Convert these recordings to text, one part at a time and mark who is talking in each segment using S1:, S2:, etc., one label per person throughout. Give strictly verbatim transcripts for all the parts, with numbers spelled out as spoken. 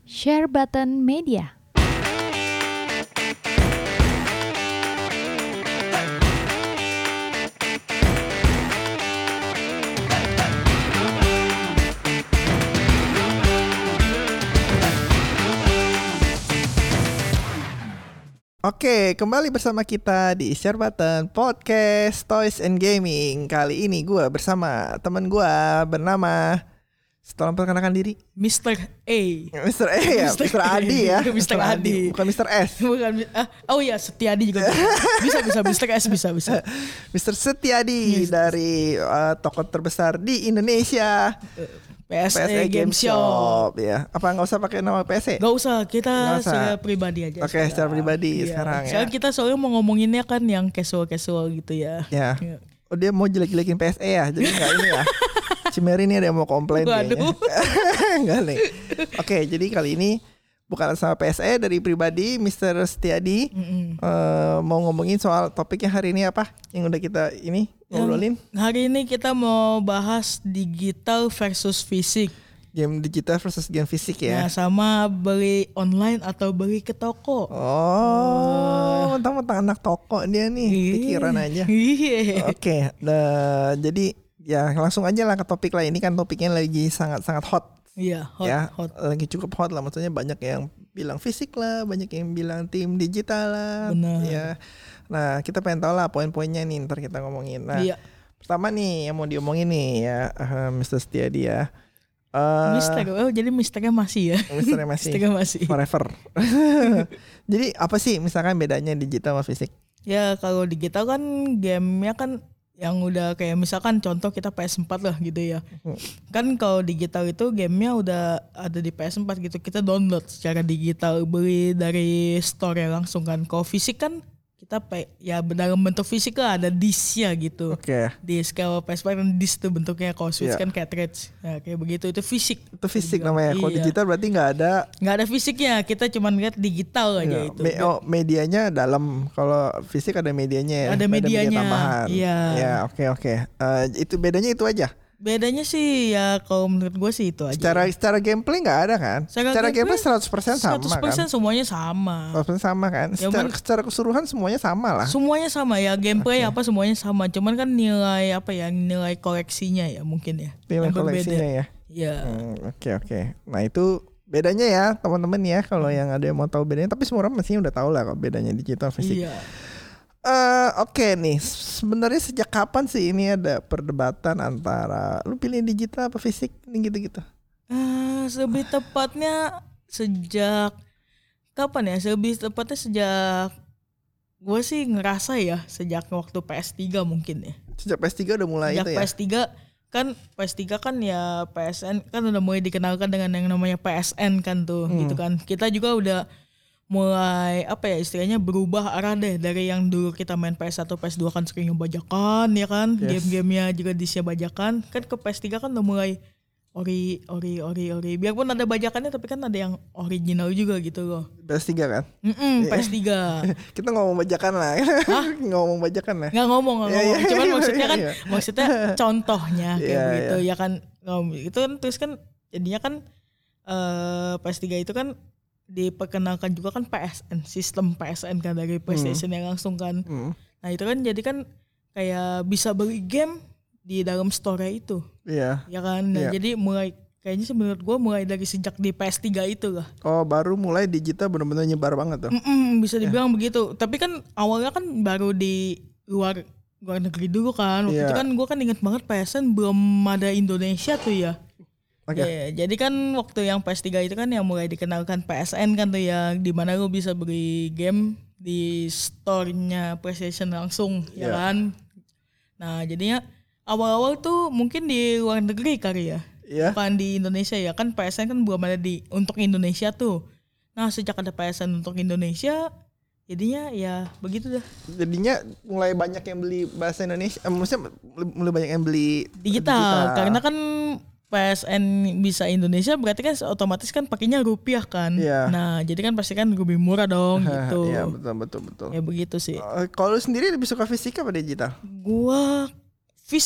S1: Share Button Media.
S2: Oke, kembali bersama kita di Share Button Podcast Toys and Gaming. Kali ini gue bersama teman gue bernama, tolong perkenalkan diri,
S3: Mister A.
S2: Mister A ya, Mister Adi ya,
S3: Mister Adi,
S2: bukan Mister S.
S3: Bukan, uh, oh iya Setiadi juga bisa bisa Mister S bisa bisa.
S2: Mister Setiadi yes. Dari uh, toko terbesar di Indonesia.
S3: P S A, P S A Game Shop
S2: ya. Apa nggak usah pakai nama P S A?
S3: Nggak usah, kita secara pribadi aja.
S2: Oke, okay, secara pribadi iya. Sekarang ya.
S3: Sekarang kita soalnya mau ngomonginnya kan yang casual-casual gitu ya.
S2: Ya. ya. Oh dia mau jelek-jelekin P S A ya, jadi nggak ini ya. Cimeri ini ada yang mau komplain kayaknya. Enggak nih. Oke, jadi kali ini bukan sama P S A, dari pribadi Mister Setiadi uh, mau ngomongin soal topiknya hari ini apa? Yang udah kita ini ngobrolin.
S3: Hari ini kita mau bahas digital versus fisik.
S2: Game digital versus game fisik ya.
S3: Nah, sama beli online atau beli ke toko.
S2: Oh, mentang-mentang anak toko dia nih, pikiran aja. Oke, okay, nah, jadi ya langsung aja lah ke topik lah. Ini kan topiknya lagi sangat-sangat hot.
S3: Iya, hot,
S2: ya,
S3: hot.
S2: Lagi cukup hot lah. Maksudnya banyak yang bilang fisik lah, banyak yang bilang tim digital lah.
S3: Benar.
S2: Ya. Nah, kita pengen tahu lah poin-poinnya nih, ntar kita ngomongin. Nah,
S3: iya.
S2: Pertama nih yang mau diomongin nih ya, uh, Mister Setiadi ya. Uh,
S3: Mister, oh jadi Misternya masih ya?
S2: Misternya masih.
S3: Misternya masih.
S2: Forever. Jadi apa sih misalkan bedanya digital sama fisik?
S3: Ya kalau digital kan gamenya kan yang udah kayak misalkan contoh kita P S empat lah gitu ya. Hmm. Kan kalau digital itu gamenya udah ada di P S empat gitu. Kita download secara digital, beli dari store langsung kan. Kalau fisik kan kita pay, ya dalam bentuk fisik lah, ada disknya gitu.
S2: Oke. Okay.
S3: Disk kalau P S empat kan disk tuh bentuknya, kalau Switch
S2: yeah.
S3: kan cartridge. Ya kayak begitu, itu fisik.
S2: Itu fisik
S3: juga.
S2: Namanya. Kalau
S3: iya.
S2: digital berarti nggak ada. Nggak
S3: ada fisiknya, kita cuma lihat digital aja yeah. itu.
S2: Me- oh, medianya dalam. Kalau fisik ada medianya ya.
S3: Ada medianya.
S2: Ada media tambahan.
S3: Iya.
S2: Ya oke okay, oke. Okay. Uh, itu bedanya itu aja.
S3: Bedanya sih ya kalau menurut gue sih itu aja.
S2: Secara secara gameplay nggak ada kan? Secara, secara gameplay seratus persen sama
S3: seratus persen
S2: kan?
S3: Semuanya sama.
S2: seratus persen sama kan?
S3: Ya,
S2: secara, secara keseluruhan semuanya sama lah.
S3: Semuanya sama ya, gameplay okay. apa semuanya sama. Cuman kan nilai apa ya, nilai koleksinya ya mungkin ya.
S2: Nilai koleksinya ya.
S3: Iya.
S2: Oke hmm, oke. Okay. Nah itu bedanya ya teman-teman ya, kalau yang ada yang mau tahu bedanya. Tapi semua orang mestinya udah tahu lah kalau bedanya digital fisik.
S3: Iya.
S2: Uh, Oke okay nih, sebenarnya sejak kapan sih ini ada perdebatan antara lu pilih digital apa fisik nih gitu-gitu?
S3: Uh, lebih tepatnya sejak kapan ya? Lebih tepatnya sejak gue sih ngerasa ya sejak waktu P S tiga mungkin ya.
S2: Sejak P S tiga udah mulai
S3: sejak
S2: itu ya?
S3: P S tiga kan P S tiga kan ya P S N kan udah mulai dikenalkan dengan yang namanya P S N kan tuh hmm. gitu kan. Kita juga udah mulai apa ya istilahnya berubah arah deh dari yang dulu kita main P S satu P S dua kan sering ngebajakan ya kan, yes. Game-gamenya juga disia bajakan kan. Ke P S tiga kan udah mulai ori ori ori ori biarpun ada bajakannya tapi kan ada yang original juga gitu loh.
S2: P S tiga kan?
S3: Mm-mm, P S tiga.
S2: Kita ngomong bajakan lah. Hah? ngomong bajakan lah.
S3: Nggak ngomong, nggak ngomong.
S2: Yeah, yeah,
S3: Cuman
S2: yeah,
S3: maksudnya kan,
S2: yeah.
S3: maksudnya contohnya kayak
S2: yeah,
S3: begitu
S2: yeah.
S3: ya kan. Itu kan terus kan jadinya kan uh, P S tiga itu kan diperkenalkan juga kan P S N, sistem P S N kan dari PlayStation hmm. yang langsung kan. Hmm. Nah itu kan jadi kan kayak bisa beli game di dalam store itu.
S2: Iya.
S3: Ya kan. Nah,
S2: yeah.
S3: Jadi mulai kayaknya sih menurut gue mulai dari sejak di P S tiga itu lah.
S2: Oh baru mulai digital benar-benar nyebar banget tuh.
S3: Mm-mm, bisa dibilang yeah. begitu. Tapi kan awalnya kan baru di luar luar negeri dulu kan. Waktu yeah. itu kan gue kan inget banget P S N belum ada Indonesia tuh ya. Okay. Ya, jadi kan waktu yang P S tiga itu kan yang mulai dikenalkan P S N kan tuh ya, di mana lu bisa beli game di store-nya PlayStation langsung yeah. ya kan. Nah, jadinya awal-awal tuh mungkin di luar negeri kali ya. Yeah. Bukan di Indonesia ya kan, P S N kan belum ada di untuk Indonesia tuh. Nah, sejak ada P S N untuk Indonesia jadinya ya begitu dah.
S2: Jadinya mulai banyak yang beli bahasa Indonesia, eh, maksudnya mulai banyak yang beli
S3: digital, digital. Karena kan P S N bisa Indonesia berarti kan otomatis kan pakainya rupiah kan. Yeah. Nah, jadi kan pasti kan lebih murah dong gitu.
S2: Iya, betul betul betul.
S3: Ya begitu sih.
S2: Uh, kalau lu sendiri lebih suka fisik apa digital?
S3: Gua fisik.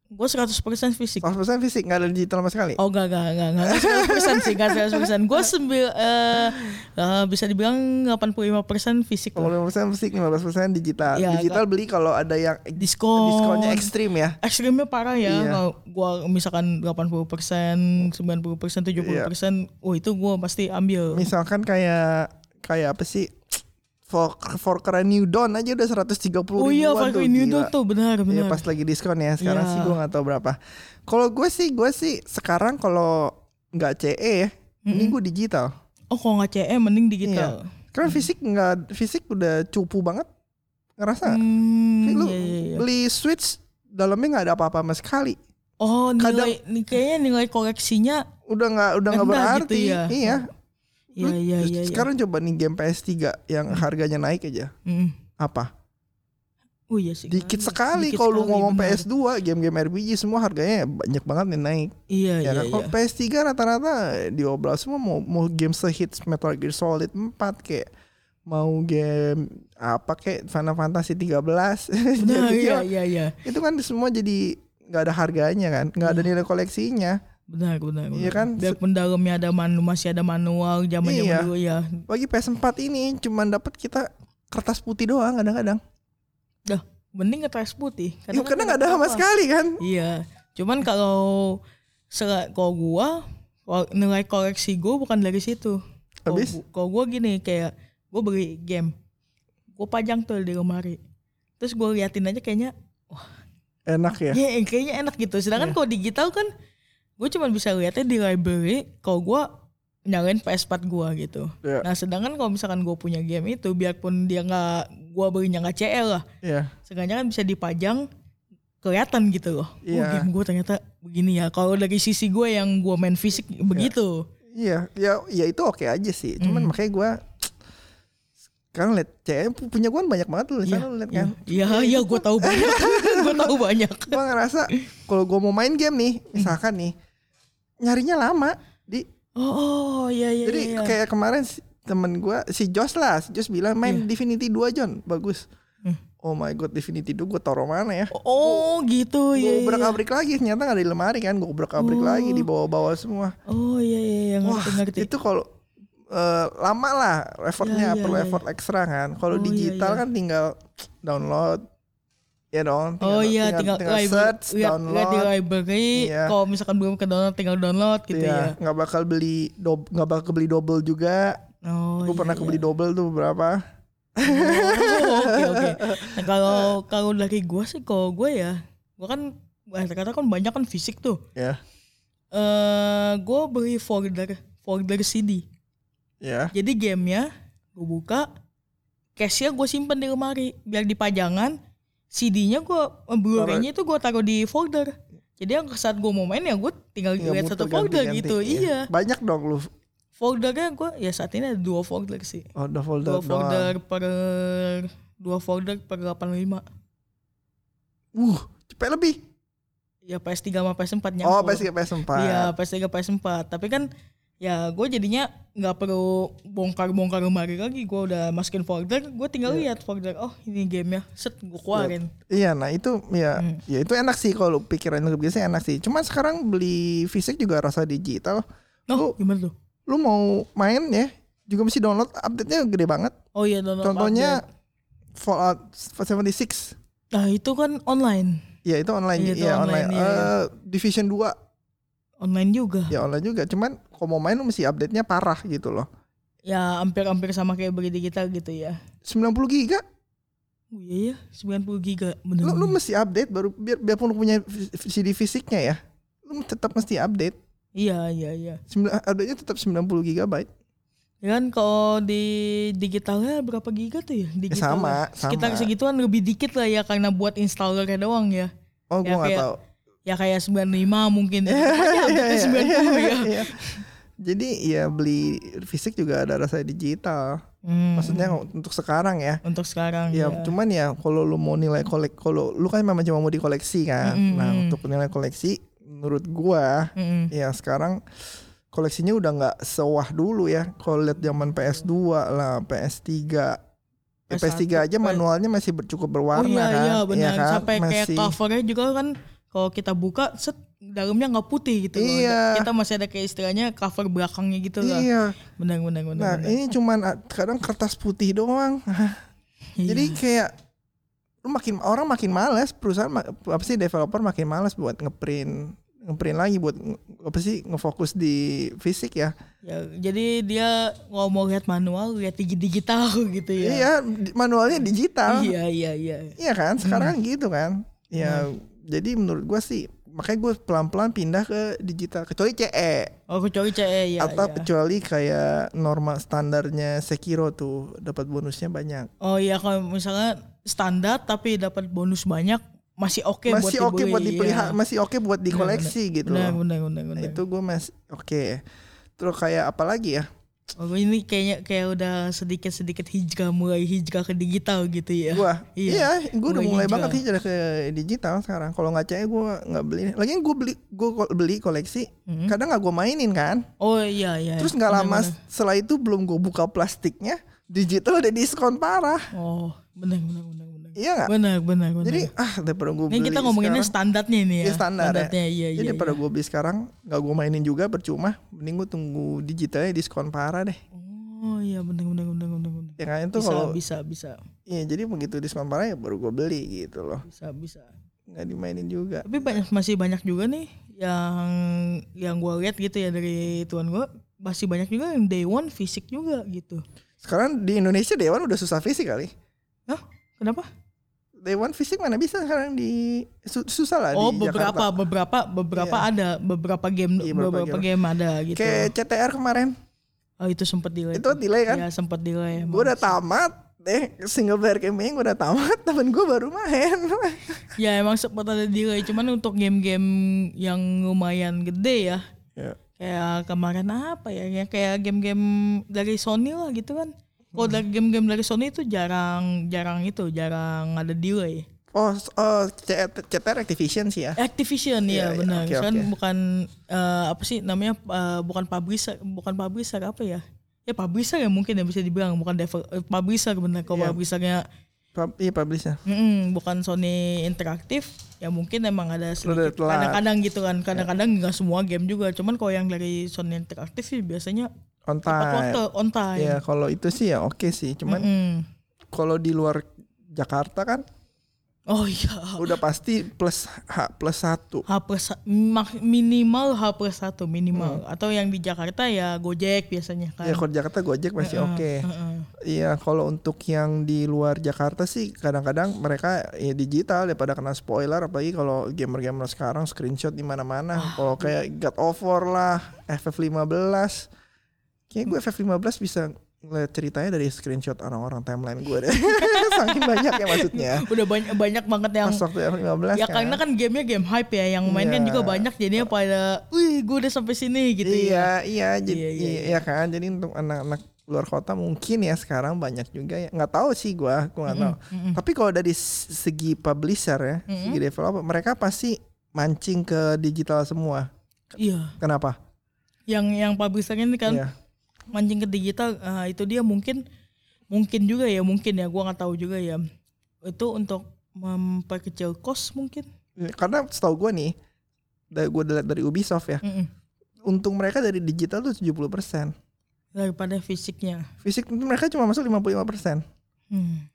S3: Gue seratus persen fisik.
S2: seratus persen fisik, gak ada digital sama sekali?
S3: Oh gak, gak, gak, gak seratus persen sih, gak seratus persen. Gue sembil, uh, uh, bisa dibilang delapan puluh lima persen fisik.
S2: delapan puluh lima persen fisik, lima belas persen digital.
S3: Ya,
S2: digital
S3: gak,
S2: beli kalau ada yang
S3: diskon.
S2: diskonnya ekstrim ya.
S3: Ekstrimnya parah ya.
S2: Iya.
S3: Kalau gue misalkan delapan puluh persen, sembilan puluh persen, tujuh puluh persen, iya. Oh itu gue pasti ambil.
S2: Misalkan kayak kayak apa sih? For, for keren New Dawn aja udah seratus tiga puluh ribuan.
S3: Oh iya,
S2: for
S3: keren New Dawn tuh benar benar.
S2: Ya, pas lagi diskon ya. Sekarang
S3: ya.
S2: sih gue nggak tahu berapa. Kalau gue sih gue sih sekarang kalau nggak C E ya, mm-hmm. mending gue digital.
S3: Oh kalau nggak C E mending digital.
S2: Iya. Karena fisik nggak fisik udah cupu banget. Ngerasa?
S3: Hmm,
S2: lu
S3: iya, iya.
S2: beli Switch dalamnya nggak ada apa-apa sama sekali.
S3: Oh nilai Kadang, kayaknya nilai koleksinya
S2: udah nggak udah nggak berarti.
S3: Gitu ya?
S2: Iya.
S3: Iya, iya, iya,
S2: sekarang iya. Coba nih game P S tiga yang hmm. harganya naik aja. Hmm. Apa?
S3: Oh iya sih.
S2: Dikit kan. sekali kalau lu ngomong benar. P S dua, game-game R P G semua harganya banyak banget nih naik.
S3: Iya,
S2: ya,
S3: iya,
S2: kan? Kalau
S3: iya.
S2: P S tiga rata-rata diobral semua mau mau game sehits Metal Gear Solid empat kayak mau game apa kayak Final Fantasy tiga belas.
S3: Benar, iya, iya, iya.
S2: Itu kan semua jadi enggak ada harganya kan, enggak ada nilai koleksinya.
S3: Benar, benar, benar.
S2: Iya kan?
S3: Biarpun dalamnya ada manu, masih ada manual zaman-zaman
S2: iya.
S3: dulu ya.
S2: Bagi P S empat ini cuman dapat kita kertas putih doang kadang-kadang.
S3: Dah, mending kertas putih.
S2: Kadang ya, karena enggak ada sama sekali kan?
S3: Iya. Cuman kalau kalau gua nilai koleksi gua bukan dari situ.
S2: Habis?
S3: Kalau gua gini kayak gua beli game. Gua pajang tuh di lemari. Terus gua liatin aja kayaknya wah,
S2: enak ya?
S3: Iya, kayaknya enak gitu. Sedangkan yeah. kalau digital kan gue cuma bisa lihatnya di library kalau gue nyalain P S empat gue gitu. Yeah. Nah sedangkan kalau misalkan gue punya game itu biarpun dia nggak gue belinya nggak C L lah, yeah. Seenggaknya kan bisa dipajang kelihatan gitu loh. Yeah. Oh game gue ternyata begini ya. Kalau dari sisi gue yang gue main fisik yeah. begitu.
S2: Iya, yeah. ya, ya itu oke aja sih. Cuman mm. makanya gue sekarang liat C M punya gue banyak banget tuh, yeah. liat kan.
S3: Iya, iya gue tahu banyak. Gue tahu banyak.
S2: Gue ngerasa kalau gue mau main game nih, misalkan nih. Nyarinya lama di
S3: oh, oh iya iya
S2: jadi
S3: iya.
S2: Kayak kemarin temen gue si Josh lah si Josh bilang main yeah. Divinity dua John bagus hmm. Oh my god Divinity dua gue taruh mana ya
S3: oh gua, gitu ya
S2: gue berak-abrik iya. Lagi ternyata gak ada di lemari kan gue berak-abrik oh. Lagi di bawah-bawah semua
S3: oh iya iya, iya.
S2: Wah ngerti. Itu kalau uh, lama lah effortnya yeah, perlu yeah, effort yeah. Ekstra kan kalau oh, digital yeah, yeah. Kan tinggal download ya dong.
S3: Tinggal, oh iya tinggal, tinggal, tinggal search, lihat, download. Lihat di library. Iya. Kalau misalkan belum ke download tinggal download gitu iya. Ya.
S2: Nggak bakal beli do, nggak bakal beli double juga. Oh, gue iya, pernah iya. Kebeli double tuh berapa?
S3: Oh, oke oke. Nah kalau kalau dari gue sih kalau gue ya, gue kan kata-kata kan banyak kan fisik tuh.
S2: Ya. Yeah.
S3: Uh, gue beli folder folder C D.
S2: Ya. Yeah.
S3: Jadi gamenya gue buka, cashnya gue simpen di lemari biar dipajangan. C D-nya gue, Blu-ray-nya itu gue taruh di folder. Jadi yang saat gue mau main ya gue tinggal lihat satu folder ganti, gitu. Iya. iya.
S2: Banyak dong lu.
S3: Foldernya gue ya saat ini ada dua folder sih.
S2: Oh, dua folder.
S3: Dua folder doang. per dua folder per delapan puluh lima.
S2: Uh, cepet lebih.
S3: Ya P S tiga sama P S empat nyampur.
S2: Oh, P S tiga P S empat.
S3: Iya, P S tiga P S empat. Tapi kan ya gue jadinya nggak perlu bongkar-bongkar lemari lagi, gue udah masukin folder, gue tinggal yeah. Lihat folder, oh ini gamenya, set gue keluarin.
S2: Iya, nah itu ya, hmm. ya itu enak sih kalau pikiran lu biasanya enak sih. Cuma sekarang beli fisik juga rasa digital.
S3: Oh, lu, gimana tuh?
S2: Lu mau main ya, juga mesti download, update-nya gede banget.
S3: Oh iya download.
S2: Contohnya update. Fallout tujuh puluh enam.
S3: Nah itu kan online.
S2: Iya itu online, iya
S3: ya,
S2: online.
S3: Iya,
S2: uh,
S3: iya.
S2: Division dua.
S3: Online juga.
S2: Ya online juga, cuman kalau mau main lu mesti update-nya parah gitu loh.
S3: Ya hampir-hampir sama kayak beli digital gitu ya.
S2: sembilan puluh giga.
S3: Oh iya ya, sembilan puluh giga bener.
S2: Lu, lu mesti update baru biar biarpun lu punya C D fisiknya ya. Lu tetap mesti update.
S3: Iya iya iya.
S2: Update-nya tetap sembilan puluh gigabyte.
S3: Ya kan kalau di digitalnya berapa giga tuh ya? Digital
S2: ya sama, sama.
S3: Sekitar segituan lebih dikit lah ya karena buat installernya doang ya.
S2: Oh
S3: ya,
S2: gua enggak tahu.
S3: Ya kayak sembilan puluh lima mungkin. Ya sembilan puluh ya.
S2: Jadi ya beli fisik juga ada rasa digital. Hmm. Maksudnya untuk sekarang ya.
S3: Untuk sekarang
S2: ya. Ya cuman ya kalau lu mau nilai kolek, kalau lu kan memang cuma mau dikoleksi kan. Mm-hmm. Nah untuk nilai koleksi menurut gua mm-hmm. ya sekarang koleksinya udah nggak sewah dulu ya. Kalau lihat zaman P S dua lah, P S tiga. Ya, P S tiga aja manualnya masih cukup berwarna
S3: oh, iya,
S2: kan.
S3: Iya benar.
S2: Ya kan?
S3: Sampai
S2: masih...
S3: kayak covernya juga kan. kalau kita buka set dalamnya nggak putih gitu
S2: iya.
S3: loh. Kita masih ada kayak istilahnya cover belakangnya gitu lah.
S2: Iya.
S3: Benar benar benar.
S2: Nah,
S3: benar.
S2: ini cuman kadang kertas putih doang.
S3: Iya.
S2: Jadi kayak lu makin orang makin malas, perusahaan apa sih developer makin malas buat ngeprint ngeprint lagi buat apa sih ngefokus di fisik ya.
S3: Ya, jadi dia nggak mau lihat manual, lihat digital gitu ya.
S2: Iya, manualnya digital.
S3: Iya iya iya.
S2: Iya kan, sekarang hmm. gitu kan. Ya,
S3: hmm.
S2: jadi menurut gue sih makanya gue pelan-pelan pindah ke digital kecuali C E.
S3: Oh, kecuali C E ya.
S2: Atau
S3: ya.
S2: kecuali kayak norma standarnya Sekiro tuh dapat bonusnya banyak.
S3: Oh iya, kalau misalnya standar tapi dapat bonus banyak masih oke okay buat
S2: masih oke okay buat dipelihara,
S3: iya.
S2: masih oke okay buat dikoleksi bener, gitu
S3: bener,
S2: loh.
S3: Bener, bener, bener.
S2: Nah, itu gue masih oke. Okay. Terus kayak apa lagi ya?
S3: Oh, ini kayaknya kayak udah sedikit-sedikit hijrah, mulai hijrah ke digital gitu ya.
S2: Gua, iya, iya gue udah mulai
S3: hijrah.
S2: banget hijrah ke digital sekarang. Kalau nggak C E gue nggak beli. Lagian gue beli, gue beli koleksi, mm-hmm. kadang nggak gue mainin kan.
S3: Oh iya iya.
S2: Terus nggak lama bener. Setelah itu belum gue buka plastiknya, digital udah diskon parah.
S3: Oh, benar benar benar.
S2: Iya gak?
S3: Benar, benar, benar.
S2: Jadi ah daripada gue beli
S3: ini kita ngomonginnya
S2: sekarang,
S3: standarnya nih ya.
S2: Ya standar
S3: standarnya,
S2: ya.
S3: Iya,
S2: Jadi
S3: iya,
S2: daripada
S3: iya.
S2: gue beli sekarang gak gue mainin juga percuma. Mending gue tunggu digitalnya diskon parah deh.
S3: Oh iya benar benar benar benar benar.
S2: Ya kan itu
S3: bisa,
S2: kalau
S3: bisa bisa.
S2: Iya jadi begitu diskon parah ya baru gue beli gitu loh.
S3: Bisa bisa.
S2: Gak dimainin juga.
S3: Tapi banyak masih banyak juga nih yang yang gue lihat gitu ya dari tuan gue, masih banyak juga yang day one fisik juga gitu.
S2: Sekarang di Indonesia day one udah susah fisik kali.
S3: Hah? Kenapa?
S2: Day one fisik mana bisa sekarang di susah lah
S3: oh,
S2: di
S3: beberapa,
S2: Jakarta.
S3: beberapa beberapa iya. ada beberapa game
S2: iya,
S3: beberapa game. game ada gitu.
S2: Kayak C T R kemarin.
S3: Oh itu sempat delay.
S2: Itu delay kan?
S3: Iya sempat delay.
S2: Gue udah tamat deh single player campaign gue udah tamat, temen gue baru main.
S3: Ya emang sempat ada delay, cuman untuk game-game yang lumayan gede ya.
S2: Yeah.
S3: Kayak kemarin apa ya? Ya kayak game-game dari Sony lah gitu kan. Kalau dari game-game dari Sony itu jarang jarang itu jarang ada delay.
S2: Oh, oh C T R Activision sih ya.
S3: Activision ya, ya benar.
S2: Okay,
S3: kan
S2: okay.
S3: bukan uh, apa sih namanya uh, bukan publisher, bukan publisher apa ya? Ya publisher ya mungkin ya bisa dibilang, bukan developer, uh, publisher benar. Kalau yeah. publishernya
S2: Pub, iya publisher.
S3: Mm-mm, bukan Sony Interactive, ya mungkin emang ada sedikit kadang-kadang gitu kan. Kadang-kadang nggak yeah. semua game juga. Cuman kalau yang dari Sony Interactive sih biasanya
S2: on time.
S3: Waktu, on time.
S2: Ya kalau itu sih ya oke okay sih. Cuman kalau di luar Jakarta kan,
S3: oh iya,
S2: udah pasti plus H plus satu.
S3: H plus minimal H plus satu minimal. Hmm. Atau yang di Jakarta ya Gojek biasanya kan.
S2: Ya kalau Jakarta Gojek masih uh-uh, oke. Okay. Uh-uh. Iya kalau untuk yang di luar Jakarta sih kadang-kadang mereka ya digital daripada kena spoiler, apalagi kalau gamer-gamer sekarang screenshot di mana-mana. Ah. Kalau kayak God of War lah, F F lima belas. Kayaknya gue F F lima belas bisa ngeliat ceritanya dari screenshot orang-orang timeline gue deh. Saking banyak ya maksudnya.
S3: Udah banyak banyak banget yang
S2: pas waktu F F lima belas
S3: ya kan. Karena kan gamenya game hype ya, yang main yeah. kan juga banyak, jadinya pada wih gue udah sampai sini gitu
S2: iya,
S3: ya.
S2: Iya iya iya iya, iya kan. Jadi untuk anak-anak luar kota mungkin ya sekarang banyak juga ya. Nggak tahu sih gue, gue nggak tahu. Mm-hmm. Tapi kalau dari segi publisher ya, mm-hmm. segi developer, mereka pasti mancing ke digital semua.
S3: Iya.
S2: Kenapa?
S3: Yang yang publishernya ini kan. Iya. Mancing ke digital, uh, itu dia mungkin mungkin juga ya mungkin ya gue nggak tahu juga ya, itu untuk memperkecil cost mungkin.
S2: Karena setahu gue nih, dari gue lihat dari Ubisoft ya, Mm-mm. untung mereka dari digital tuh tujuh puluh persen
S3: daripada fisiknya.
S2: Fisik mereka cuma masuk lima puluh lima persen. Hmm.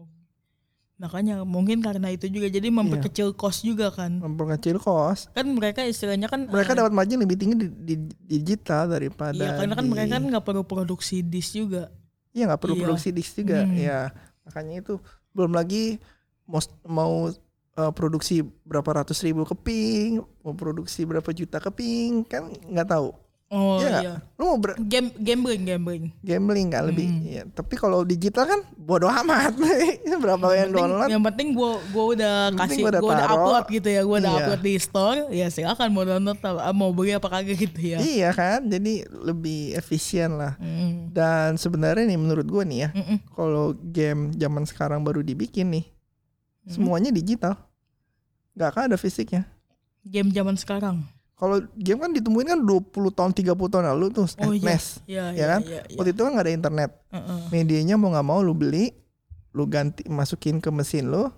S3: Makanya mungkin karena itu juga jadi memperkecil iya. cost juga kan.
S2: Memperkecil cost.
S3: Kan mereka istilahnya kan
S2: mereka uh, dapat margin lebih tinggi di, di, di digital daripada.
S3: Iya karena kan
S2: di,
S3: mereka kan nggak perlu produksi disk juga.
S2: Iya nggak perlu iya. produksi disk juga.
S3: Hmm.
S2: Ya makanya itu belum lagi mau mau uh, produksi berapa ratus ribu keping, mau produksi berapa juta keping kan nggak tahu.
S3: Oh
S2: ya
S3: iya.
S2: Lu mau ber-
S3: Game, gambling, gambling.
S2: Gambling kan lebih.
S3: Hmm.
S2: Ya. Tapi kalau digital kan bodo amat. Berapa yang, yang download?
S3: Yang penting gua gua udah kasih, gua udah, gua udah upload gitu ya, gua udah iya. upload di store, ya silakan mau download mau beli apa kagak gitu ya.
S2: Iya kan, jadi lebih efisien lah.
S3: Hmm.
S2: Dan sebenarnya nih menurut gua nih ya, kalau game zaman sekarang baru dibikin nih, hmm. semuanya digital, nggak akan ada fisiknya.
S3: Game zaman sekarang.
S2: Kalau game kan ditemuin kan dua puluh tahun, tiga puluh tahun lalu tuh
S3: oh,
S2: N E S,
S3: iya.
S2: ya, ya kan? Iya, iya. Waktu itu kan nggak ada internet, uh-uh. medianya mau nggak mau lu beli, lu ganti masukin ke mesin lu,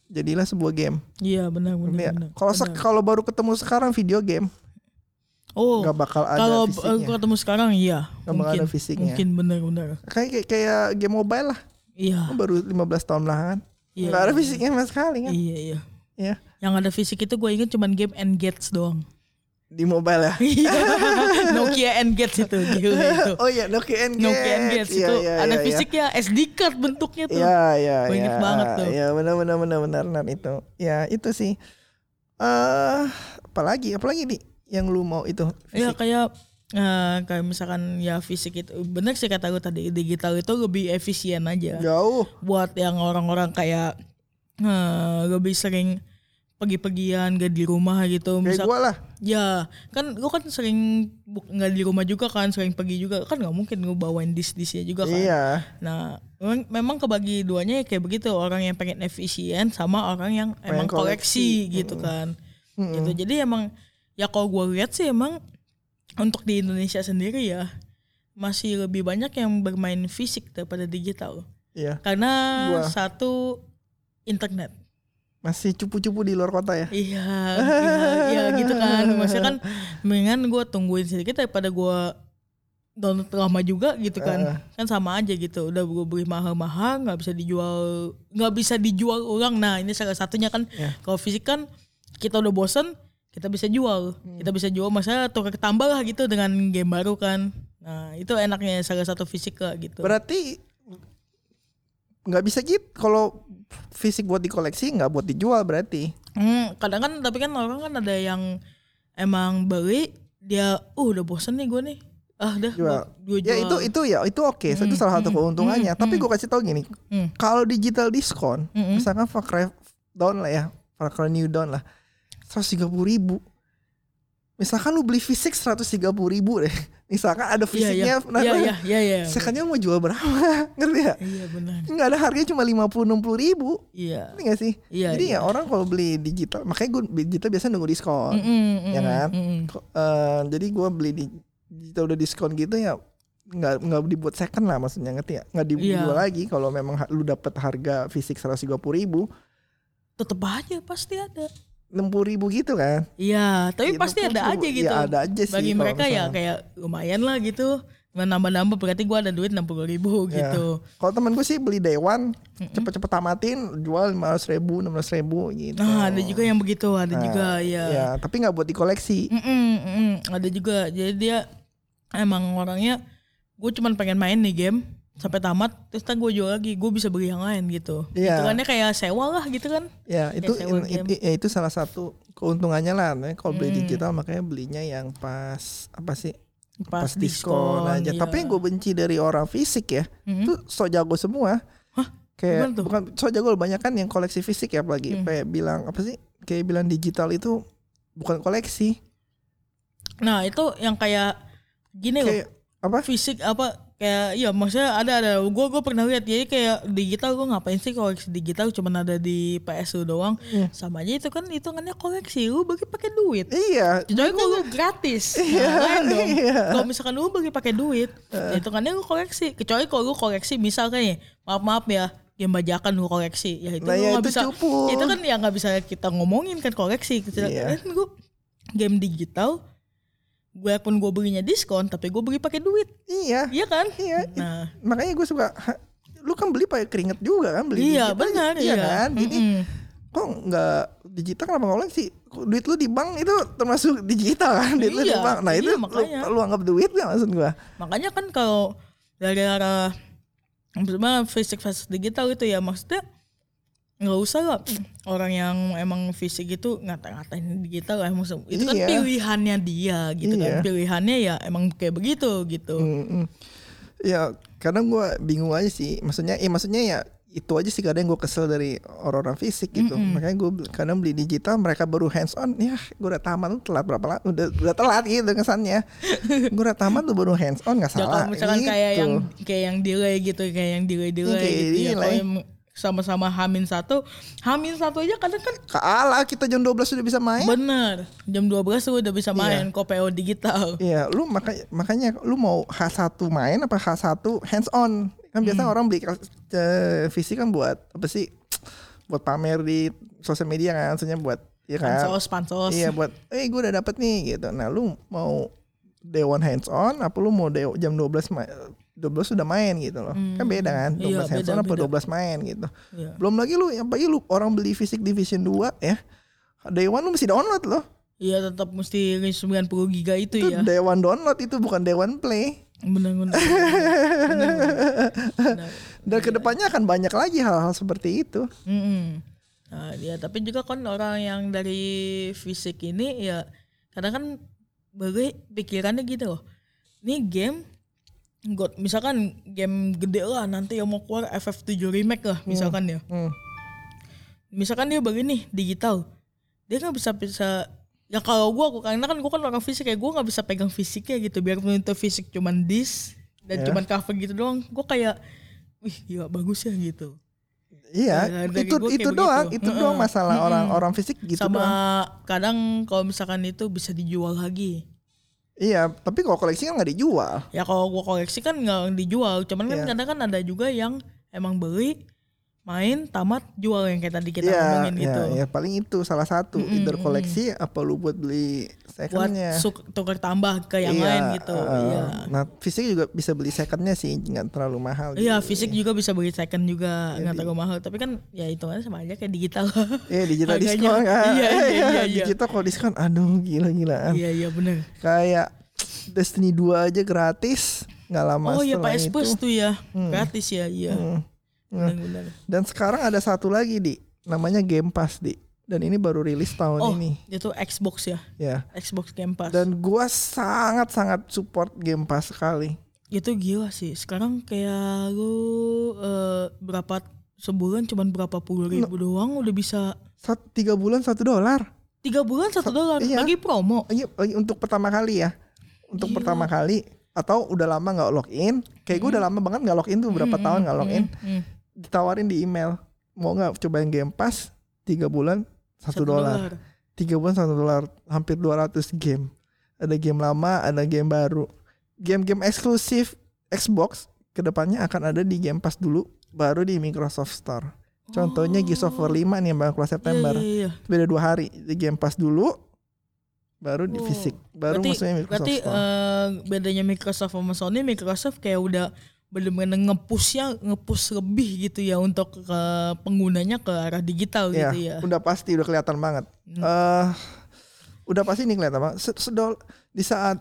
S2: jadilah sebuah game.
S3: Iya benar benar.
S2: Ya.
S3: benar
S2: Kalau se- kalau baru ketemu sekarang video game,
S3: oh
S2: nggak bakal ada
S3: kalau
S2: fisiknya.
S3: Kalau ketemu sekarang iya.
S2: Nggak bakal ada fisiknya.
S3: Mungkin benar-benar.
S2: Kayak kayak, kayak game mobile lah.
S3: Iya.
S2: Baru lima belas tahun belakangan.
S3: Iya,
S2: nggak ada
S3: iya,
S2: fisiknya sama sekali kan?
S3: Iya iya.
S2: Iya.
S3: Yang ada fisik itu gue inget cuman game N-Gage doang.
S2: Di mobile ya.
S3: Nokia N-Gage itu gila itu.
S2: Oh iya Nokia N-Gage.
S3: Nokia N-Gage
S2: iya,
S3: itu
S2: iya,
S3: ada
S2: iya,
S3: fisiknya S D card bentuknya tuh.
S2: Iya iya
S3: Gue inget
S2: iya.
S3: banget tuh.
S2: Iya benar benar benar benar benar itu. Ya itu sih. Eh uh, apalagi apalagi nih yang lu mau itu?
S3: Iya kayak uh, kayak misalkan ya fisik itu bener sih kata gue tadi, digital itu lebih efisien aja.
S2: Jauh.
S3: Buat yang orang-orang kayak uh, lebih sering pergi-pergian gak di rumah gitu.
S2: Kayak gue lah.
S3: Ya kan gue kan sering gak di rumah juga kan, sering pergi juga kan, gak mungkin gue bawain dis-disnya juga kan.
S2: Iya.
S3: Nah memang, memang kebagi duanya kayak begitu, orang yang pengen efisien sama orang yang emang koleksi, koleksi gitu mm. kan. Mm-hmm. Gitu. Jadi emang ya kalau gue lihat sih emang untuk di Indonesia sendiri ya masih lebih banyak yang bermain fisik daripada digital.
S2: Iya.
S3: Karena
S2: gua.
S3: Satu internet.
S2: Masih cupu-cupu di luar kota ya?
S3: Iya, iya, iya gitu kan. Maksudnya kan mendingan gue tungguin sedikit daripada gue download lama juga gitu kan. Uh. Kan sama aja gitu. Udah gue beli mahal-mahal, nggak bisa dijual, nggak bisa dijual ulang. Nah ini salah satunya kan. Yeah. Kalau fisik kan kita udah bosen, kita bisa jual. Hmm. Kita bisa jual, masalah tukar tambah lah gitu dengan game baru kan. Nah itu enaknya salah satu fisik lah gitu.
S2: Berarti nggak bisa gitu kalau fisik buat dikoleksi, nggak buat dijual berarti.
S3: Hmm, kadang kan tapi kan orang kan ada yang emang beli dia, uh udah bosen nih gue nih, ah dah
S2: jual.
S3: Gue jual.
S2: Ya itu itu ya itu oke, okay. hmm, itu salah satu keuntungannya. Hmm, tapi gue kasih tau gini, hmm. kalau digital diskon, hmm. misalkan Far Cry Dawn lah ya, Far Cry New Dawn lah, seratus tiga puluh ribu. Misalkan lu beli fisik seratus tiga puluh ribu deh. Misalkan ada fisiknya.
S3: Iya, iya, iya, iya, iya, iya.
S2: Sekarang mau jual berapa? Ngerti ya?
S3: Iya benar.
S2: Nggak ada harganya cuma lima puluh enam puluh ribu.
S3: Iya.
S2: Ngerti gak sih? Iya,
S3: Jadi
S2: iya.
S3: ya
S2: orang kalau beli digital, makanya gue digital biasanya nunggu diskon.
S3: Mm, mm,
S2: ya kan?
S3: Mm, mm.
S2: Uh, jadi gue beli di digital udah diskon gitu ya. Nggak, nggak dibuat second lah maksudnya, ngerti ya? Nggak dijual iya. lagi. Kalau memang lu dapet harga fisik seratus tiga puluh ribu.
S3: Tetep aja pasti ada.
S2: enam puluh ribu gitu kan.
S3: Iya, tapi ya, pasti ada aja gitu.
S2: Ya ada aja sih.
S3: Bagi mereka ya kayak lumayan lah gitu. Nambah-nambah berarti gue ada duit enam puluh ribu
S2: ya.
S3: gitu.
S2: Kalau temen gue sih beli day one, mm-mm. cepet-cepet tamatin, jual lima ratus ribu, enam ratus ribu gitu.
S3: Nah ada juga yang begitu, ada nah, juga ya.
S2: Ya tapi gak buat dikoleksi.
S3: Mm-mm, mm-mm. Ada juga, jadi dia emang orangnya, gue cuman pengen main nih game sampai tamat, terus kan gue jual lagi, gue bisa beli yang lain gitu.
S2: Yeah.
S3: Itu kan kayak sewa lah gitu kan.
S2: Ya itu in, in, ya, itu salah satu keuntungannya lah. Kalau beli hmm. digital makanya belinya yang pas apa sih?
S3: Pas, pas diskon,
S2: diskon aja.
S3: iya.
S2: Tapi yang gue benci dari orang fisik ya, hmm. itu so jago semua.
S3: Hah?
S2: Kayak bukan so jago, banyak kan yang koleksi fisik ya, apalagi hmm. kayak bilang apa sih? Kayak bilang digital itu bukan koleksi.
S3: Nah itu yang kayak gini
S2: kayak,
S3: loh. Apa? Fisik apa? Kayak iya maksudnya ada ada gue gue pernah lihat, jadi kayak digital gue ngapain sih koleksi digital cuman ada di P S U doang, hmm. sama aja itu kan hitungannya koleksi, lu bagi pakai duit.
S2: Iya.
S3: Jadi kalau lu gratis,
S2: iya,
S3: nah, dong.
S2: Iya.
S3: Kalau misalkan lu bagi pakai duit, uh. hitungannya lu koleksi. Kecuali kalau lu koleksi misalnya, maaf maaf ya, game bajakan lu koleksi, ya itu
S2: nah,
S3: lu
S2: ya
S3: nggak
S2: itu
S3: bisa.
S2: cupu.
S3: Itu kan ya nggak bisa kita ngomongin kan koleksi. Iya. Kan gue game digital. Gue pun gue belinya diskon, tapi gue beli pakai duit.
S2: Iya.
S3: Iya kan?
S2: Iya. Nah, makanya gue suka. Lu kan beli pakai keringet juga kan, beli.
S3: Iya benar.
S2: Iya,
S3: iya
S2: kan. Jadi mm-mm. kok nggak digital kenapa koleksi? Duit lu di bank itu termasuk digital kan? Duit iya, lu di bank. Nah iya, itu makanya. Lu, lu anggap duit nggak maksud gue?
S3: Makanya kan kalau dari arah maksudnya fisik versus digital itu ya maksudnya nggak usah lah orang yang emang fisik itu ngata-ngatain digital lah, maksud itu kan iya. pilihannya dia gitu iya. kan, pilihannya ya emang kayak begitu gitu.
S2: Mm-mm. Ya kadang gue bingung aja sih, maksudnya, eh maksudnya ya itu aja sih kadang gue kesel dari orang-orang fisik gitu. Mm-mm. Makanya gue kadang beli digital, mereka baru hands on, ya gue udah tamat tuh telat berapa lama, udah udah telat gitu kesannya. Gue udah tamat tuh baru hands on nggak salah.
S3: Ya, misalkan
S2: gitu.
S3: kayak yang kayak yang delay gitu, kayak yang delay delay
S2: kayak
S3: gitu
S2: delay.
S3: Ya, kalau sama-sama hamin satu, hamin satu aja kadang kan
S2: kalah, kita jam dua belas sudah bisa main.
S3: Bener, jam dua belas sudah bisa main, yeah. Kopeo digital.
S2: Iya, lu makanya makanya lu mau H satu main apa H satu hands on? Kan biasa hmm. orang beli uh, fisik kan buat apa sih? buat pamer di sosial media kan, maksudnya buat ya kan.
S3: Pansos, pansos.
S2: Iya buat, eh gue udah dapet nih gitu. Nah lu mau day one hands on, apa lu mau day, jam dua belas ma- dua belas sudah main gitu loh. Hmm. Kan beda kan, dua belas iya, hands on apa dua belas main gitu. Iya. Belum lagi lu, yang pagi lu orang beli fisik Division dua ya. Day one lu mesti download loh.
S3: Iya tetap mesti sembilan puluh giga itu, itu ya.
S2: Day one download itu bukan day one play.
S3: Benar-benar.
S2: Dan kedepannya akan banyak lagi hal-hal seperti itu.
S3: Mm-hmm. Nah, ya tapi juga kan orang yang dari fisik ini ya kadang kan bagi pikirannya gitu loh. Ini game, God, misalkan game gede lah nanti yang mau keluar F F tujuh remake lah misalkan hmm. ya. Hmm. Misalkan dia begini digital, dia nggak bisa bisa. Ya kalau gue, karena kan gue kan orang fisik ya, gue nggak bisa pegang fisiknya gitu. Biarpun itu fisik cuman disc dan yeah. cuman cover gitu doang, gue kayak, wih gila bagus ya gitu.
S2: Iya, ya, itu itu doang, begitu. itu doang masalah hmm. orang-orang fisik gitu.
S3: Sama
S2: doang.
S3: Kadang kalau misalkan itu bisa dijual lagi.
S2: Iya, tapi kalau koleksi kan nggak dijual.
S3: Ya kalau gue koleksi kan nggak dijual, cuman kan yeah. kadang kan ada juga yang emang beli. Main tamat jual yang kayak tadi kita yeah, ngomongin
S2: yeah,
S3: gitu.
S2: Ya paling itu salah satu mm-hmm. either koleksi apa lu buat beli secondnya.
S3: Buat su- tukar tambah ke yang yeah, lain gitu. Uh, yeah.
S2: Nah fisik juga bisa beli secondnya sih, nggak terlalu mahal.
S3: Iya gitu. Fisik juga bisa beli second juga nggak terlalu mahal. Tapi kan ya itu aja sama aja kayak digital.
S2: Iya yeah, digital diskon kan.
S3: Iya iya iya.
S2: Digital kalau diskon, aduh gila-gilaan.
S3: Iya iya benar.
S2: Kayak Destiny dua aja gratis, nggak lama.
S3: Oh iya P S Plus tuh ya, hmm. gratis ya iya. Hmm.
S2: Nah, dan sekarang ada satu lagi di namanya Game Pass di, dan ini baru rilis tahun
S3: oh,
S2: ini.
S3: Itu Xbox ya?
S2: Ya.
S3: Xbox Game Pass.
S2: Dan gua sangat sangat support Game Pass sekali.
S3: Itu gila sih. Sekarang kayak lu uh, berapa sebulan cuman berapa puluh ribu no. doang udah bisa.
S2: Satu tiga bulan satu dolar.
S3: Tiga bulan satu dolar. Iya. Lagi promo.
S2: Iya, lagi untuk pertama kali ya. Untuk gila. pertama kali atau udah lama nggak login. Kayak gue udah lama banget nggak login tuh berapa mm, tahun nggak login. Mm, mm. Ditawarin di email, mau nggak cobain Game Pass tiga bulan satu dolar, tiga bulan satu dolar, hampir dua ratus game. Ada game lama, ada game baru, game-game eksklusif Xbox kedepannya akan ada di Game Pass dulu, baru di Microsoft Store. Contohnya oh. Gears of War lima nih yang bakal keluar September, yeah, yeah, yeah. beda dua hari di Game Pass dulu, baru di fisik, baru
S3: berarti,
S2: maksudnya Microsoft
S3: berarti,
S2: Store.
S3: Berarti uh, bedanya Microsoft sama Sony, Microsoft kayak udah benar-benar nge-push-nya, nge-push lebih gitu ya untuk ke penggunanya ke arah digital
S2: ya,
S3: gitu ya.
S2: Udah pasti, udah kelihatan banget. Hmm. Uh, udah pasti nih kelihatan banget. Sedol di saat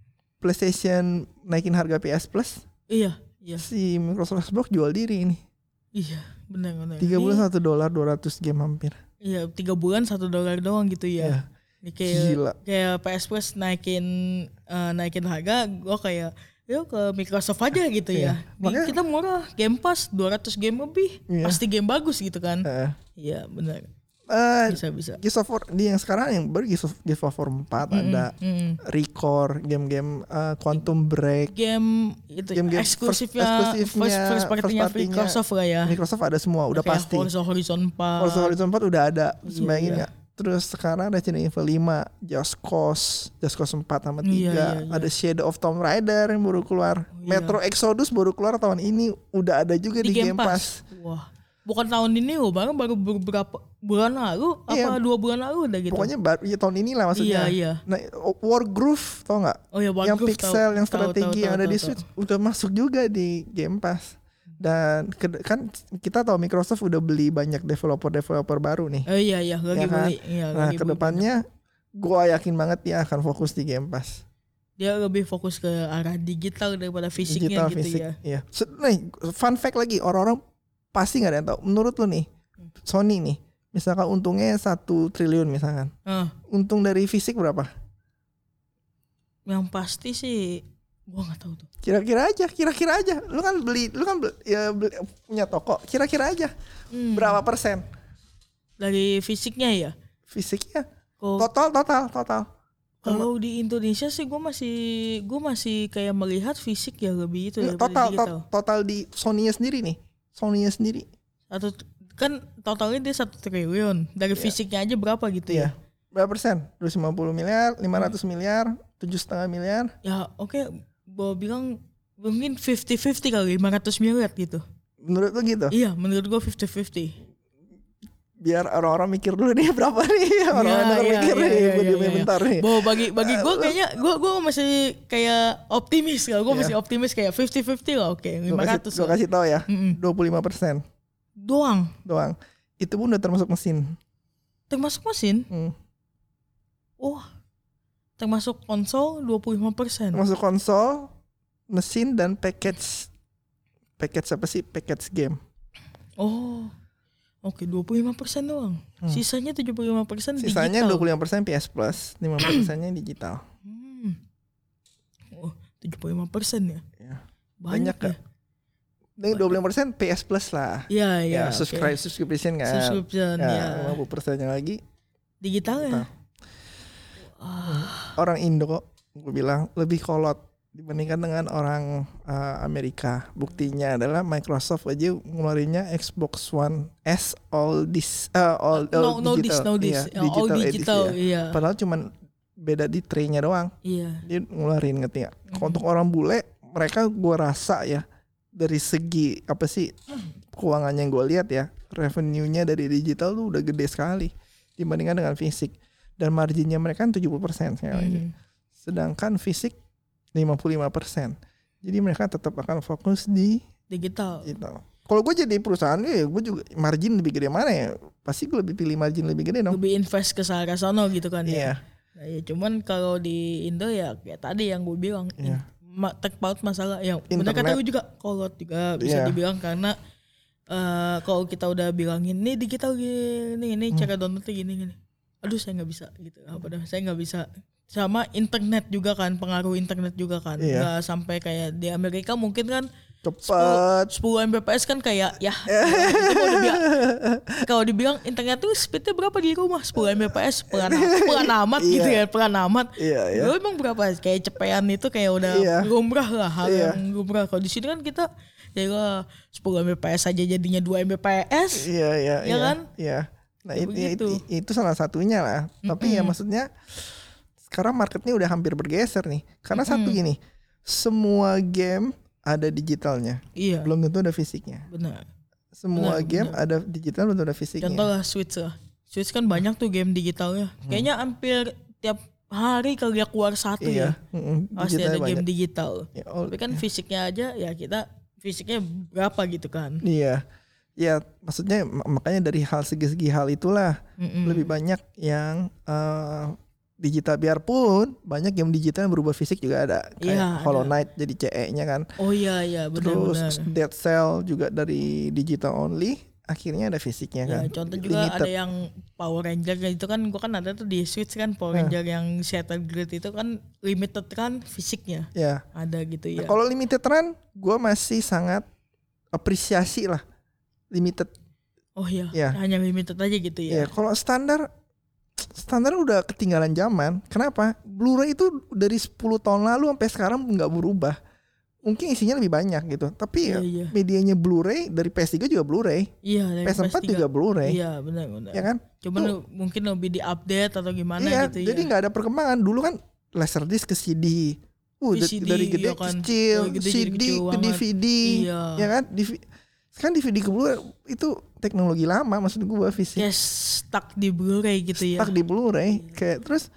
S2: PlayStation naikin harga P S Plus,
S3: iya, iya.
S2: Si Microsoft Xbox jual diri ini.
S3: Iya, benar-benar.
S2: Tiga bulan satu dolar, dua ratus game hampir.
S3: Iya, tiga bulan satu dolar doang gitu ya. ya. Kayak,
S2: Gila.
S3: Kayak P S Plus naikin uh, naikin harga, gue kayak yuk ke Microsoft aja gitu ya.
S2: Iya. Makanya,
S3: kita murah, Game Pass dua ratus game lebih. Iya. Pasti game bagus gitu kan. Uh, iya benar.
S2: Uh,
S3: bisa bisa.
S2: Gears of War di yang sekarang yang baru Gears of, Gears of War empat mm-hmm, ada mm-hmm. Recore, game-game uh, Quantum Break.
S3: Game itu
S2: game-game
S3: eksklusifnya first, first, first party-nya Microsoft lah ya.
S2: Microsoft ada semua, udah
S3: kayak
S2: pasti.
S3: Forza Horizon empat.
S2: Forza Horizon empat udah ada. Bayangin
S3: iya.
S2: enggak? Terus sekarang Resident Evil lima, Just Cause, Just Cause empat sama tiga,
S3: iya, iya, iya.
S2: ada Shadow of Tomb Raider yang baru keluar, oh, iya. Metro Exodus baru keluar tahun ini, udah ada juga di, di Game Pass.
S3: Pass. Wah, bukan tahun ini loh, baru baru beberapa bulan lalu,
S2: iya.
S3: apa dua bulan lalu udah gitu.
S2: Pokoknya baru ya, tahun ini lah maksudnya.
S3: Iya, iya.
S2: Nah, Wargroove tau nggak?
S3: Oh iya,
S2: yang pixel, tahu, yang strategi tahu, tahu, yang ada tahu, di Switch tahu. Udah masuk juga di Game Pass. Dan kan kita tahu Microsoft udah beli banyak developer-developer baru nih.
S3: Oh iya iya lagi
S2: ya kan?
S3: beli. Iya,
S2: nah kedepannya gue yakin banget dia akan fokus di Game Pass.
S3: Dia lebih fokus ke arah digital daripada fisiknya digital, gitu
S2: fisik,
S3: ya.
S2: Iya. So, nih fun fact lagi, orang-orang pasti nggak ada yang tahu. Menurut lu nih, Sony nih, misalkan untungnya satu triliun misalkan, uh. untung dari fisik berapa?
S3: Yang pasti sih gua nggak tahu tuh.
S2: Kira-kira aja, kira-kira aja. Lu kan beli, lu kan beli, ya beli, punya toko. Kira-kira aja. Hmm. Berapa persen?
S3: Dari fisiknya ya?
S2: Fisiknya. Kok, total, total, total.
S3: Kalau di Indonesia sih gua masih, gua masih kayak melihat fisik ya lebih itu ya.
S2: Total, to, total di Sony-nya sendiri nih. Sony-nya sendiri.
S3: Satu kan totalnya dia satu triliun. Dari yeah. fisiknya aja berapa gitu yeah. ya?
S2: Berapa persen? dua ratus lima puluh miliar, lima ratus hmm. miliar, tujuh koma lima miliar.
S3: Ya oke. Okay. Gue bilang mungkin lima puluh lima puluh kali lima ratus miliar gitu.
S2: Menurut lo gitu?
S3: Iya menurut gue lima puluh lima puluh.
S2: biar orang-orang mikir dulu nih berapa nih orang-orang
S3: Iya, iya,
S2: mikir
S3: iya,
S2: nih
S3: iya,
S2: gue
S3: iya,
S2: diemin
S3: iya.
S2: bentar nih.
S3: Bahwa bagi bagi gue kayaknya gue gue masih kayak optimis kalau gue
S2: Iya.
S3: masih optimis kayak fifty fifty lah, oke
S2: Gue
S3: lima
S2: kasih,
S3: ratus
S2: gue kasih tau ya,
S3: Mm-mm.
S2: dua puluh lima persen
S3: doang
S2: doang. Itu pun udah termasuk mesin.
S3: termasuk mesin.
S2: Hmm.
S3: Oh, termasuk konsol dua puluh lima persen.
S2: Termasuk konsol, mesin dan package package apa sih? Package game.
S3: Oh. Oke, dua puluh lima persen doang.
S2: Hmm.
S3: Sisanya tujuh puluh lima persen
S2: Sisanya
S3: digital.
S2: dua puluh lima persen P S Plus, lima puluh persennya digital.
S3: Hmm. Oh, tujuh puluh lima persen ya.
S2: Ya.
S3: Banyak,
S2: Banyak,
S3: ya.
S2: Kak. Ini dua puluh lima persen P S Plus lah.
S3: Iya, iya.
S2: Ya,
S3: oke.
S2: subscribe subscription kan.
S3: Subscription,
S2: Ya,
S3: ya.
S2: lima puluh persennya lagi
S3: Digital ya.
S2: digital. Orang Indo kok gue bilang lebih kolot dibandingkan dengan orang uh, Amerika. Buktinya adalah Microsoft aja ngeluarinnya Xbox One S all this uh, all, all
S3: No, no this,
S2: digital.
S3: no this.
S2: Iya,
S3: Ya, all
S2: edition
S3: digital,
S2: ya.
S3: iya.
S2: Padahal cuman beda di tray-nya doang.
S3: Iya.
S2: Dia ngeluarin ngerti gak? Untuk orang bule mereka gue rasa ya dari segi apa sih keuangan yang gue lihat ya, revenue-nya dari digital tuh udah gede sekali dibandingkan dengan fisik, dan marginnya mereka kan tujuh puluh persen sekali lagi.
S3: Hmm.
S2: Sedangkan fisik lima puluh lima persen. Jadi mereka tetap akan fokus di
S3: Digital.
S2: digital. Kalau gue jadi perusahaan ya gue juga margin lebih gede mana ya? Pasti gue lebih pilih margin lebih gede dong.
S3: Lebih invest ke arah sono gitu kan
S2: Iya.
S3: ya. Nah, ya cuman kalau di Indo ya kayak tadi yang gue bilang,
S2: Iya.
S3: ma- tech paut masalah yang benar
S2: Internet.
S3: kata gue juga kolot juga bisa
S2: Iya.
S3: dibilang karena eh kalau kita udah bilangin nih digital gini ini
S2: Hmm.
S3: cara downloadnya gini gini, aduh saya nggak bisa gitu, apa dah saya nggak bisa. Sama internet juga kan, pengaruh internet juga kan,
S2: Iya.
S3: nggak sampai kayak di Amerika mungkin kan
S2: Cepet.
S3: sepuluh Mbps kan kayak ya itu kalau dibilang, kalau dibilang internet tuh speednya berapa di rumah sepuluh Mbps pelan pelan amat gitu
S2: Iya.
S3: ya, pelan amat.
S2: Iya, iya.
S3: Lu emang berapa kayak cepean itu kayak udah
S2: Iya.
S3: lumrah lah, hal
S2: Iya.
S3: yang lumrah. Kalau di sini kan kita ya lah, sepuluh Mbps aja jadinya dua Mbps.
S2: Iya, iya,
S3: Iya kan?
S2: Iya. Nah,
S3: Ya
S2: itu,
S3: begitu.
S2: itu itu salah satunya lah. Tapi ya maksudnya sekarang marketnya udah hampir bergeser nih. Karena satu gini, semua game ada digitalnya,
S3: Iya.
S2: belum tentu ada fisiknya.
S3: Benar.
S2: Semua
S3: Benar,
S2: game ada digital, belum tentu ada fisiknya.
S3: Contoh lah Switch lah. Switch kan banyak tuh game digitalnya. Kayaknya hampir tiap hari kali ya keluar satu
S2: Iya,
S3: ya.
S2: mm-mm,
S3: Pasti
S2: digitalnya
S3: ada game
S2: banyak.
S3: digital.
S2: Ya, oh,
S3: Tapi kan fisiknya aja ya kita fisiknya berapa gitu kan.
S2: iya, ya maksudnya mak- makanya dari hal segi-segi hal itulah
S3: Mm-mm.
S2: lebih banyak yang eh, digital, biarpun banyak game digital yang berubah fisik juga ada. Kayak
S3: Iya,
S2: Hollow
S3: ada.
S2: Knight jadi C E-nya kan.
S3: Oh iya iya benar-benar.
S2: Terus Dead Cell juga dari digital only, akhirnya ada fisiknya
S3: Ya,
S2: kan.
S3: contoh juga
S2: Limited.
S3: ada yang Power Ranger itu kan gua kan ada tuh di Switch kan Power
S2: Nah.
S3: Ranger yang Shattered Grid itu kan limited kan fisiknya.
S2: Ya.
S3: Ada gitu
S2: Nah,
S3: ya.
S2: kalau limited run, gue masih sangat apresiasi lah limited.
S3: Oh iya,
S2: Ya.
S3: hanya limited aja gitu
S2: Ya,
S3: ya.
S2: kalau standar standar udah ketinggalan zaman. Kenapa? Blu-ray itu dari sepuluh tahun lalu sampai sekarang nggak berubah. Mungkin isinya lebih banyak gitu. Tapi ya,
S3: Iya, iya.
S2: medianya Blu-ray dari P S tiga juga Blu-ray,
S3: Iya, dari
S2: P S empat
S3: P S tiga.
S2: juga Blu-ray,
S3: Iya, benar benar.
S2: ya kan?
S3: Cuman
S2: Tuh.
S3: lu- mungkin lebih di-update atau gimana
S2: Iya,
S3: gitu
S2: jadi
S3: ya.
S2: nggak ada perkembangan. Dulu kan Laserdisc ke C D. Uh,
S3: V
S2: da-
S3: C D,
S2: dari gede
S3: iya kan.
S2: kecil,
S3: Dari gede
S2: C
S3: jadi
S2: D
S3: kecil
S2: ke D V D,
S3: Iya.
S2: ya kan? D V D. Sekarang D V D ke Blu-ray itu teknologi lama, maksud gua fisik.
S3: Kayak stuck di Blu-ray gitu ya.
S2: Stuck di Blu-ray, kayak terus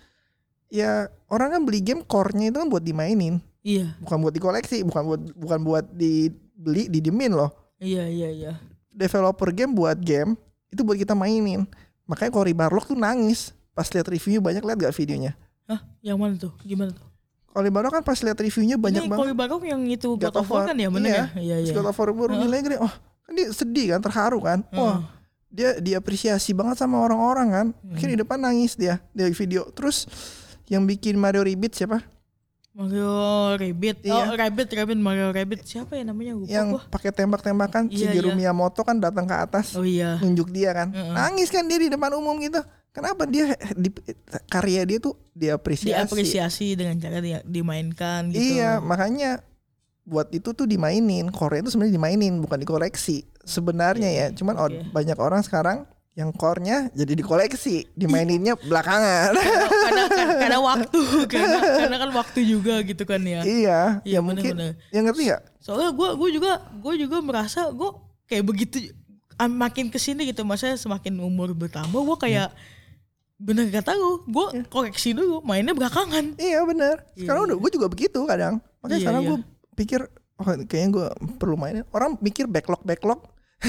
S2: ya orang kan beli game core-nya itu kan buat dimainin,
S3: Iya.
S2: bukan buat dikoleksi, bukan buat bukan buat dibeli, didiemin loh.
S3: Iya, iya, iya.
S2: Developer game buat game itu buat kita mainin. Makanya Cory Barlog tuh nangis pas lihat review, banyak lihat gak videonya?
S3: Hah, yang mana tuh? Gimana tuh?
S2: Cory Barlog kan pas lihat reviewnya banyak
S3: Ini
S2: banget.
S3: Cory Barlog yang itu
S2: God
S3: God of War kan ya, bener
S2: Iya.
S3: ya? Iya, iya.
S2: God of War baru nilainya gede. Oh, kan dia sedih kan, terharu kan. Wah, dia diapresiasi banget sama orang-orang kan. Akhirnya di depan nangis dia di video. Terus yang bikin Mario Rabbids siapa?
S3: Mario Rabbit.
S2: Iya.
S3: Oh, Rabbit, Rabbit, Mario Rabbit. Siapa ya namanya? Lupa
S2: Yang
S3: gua.
S2: pakai tembak-tembakan,
S3: Iya,
S2: Shigeru
S3: iya.
S2: Miyamoto kan datang ke atas,
S3: Oh iya.
S2: nunjuk dia kan.
S3: Heeh.
S2: Nangis kan dia di depan umum gitu. Kenapa dia di, karya dia tuh diapresiasi.
S3: Diapresiasi dengan cara dia dimainkan gitu.
S2: Iya, makanya buat itu tuh dimainin. Core itu sebenarnya dimainin, bukan dikoleksi. Sebenarnya ya, cuman
S3: Oke.
S2: or- banyak orang sekarang yang core-nya jadi dikoleksi, dimaininnya belakangan.
S3: karena, karena, karena waktu, karena, karena kan waktu juga gitu kan ya.
S2: Iya,
S3: Iya,
S2: ya mungkin.
S3: bener-bener.
S2: Yang ngerti gak?
S3: Soalnya gue gue juga gue juga merasa gue kayak begitu makin kesini gitu, maksudnya semakin umur bertambah gue kayak hmm. bener gak tahu, gue yeah. koreksi dulu mainnya belakangan.
S2: Iya bener. Sekarang yeah. udah gue juga begitu kadang. Makanya yeah, sekarang yeah. gue pikir oh, kayaknya gue perlu mainin. Orang mikir backlog backlog.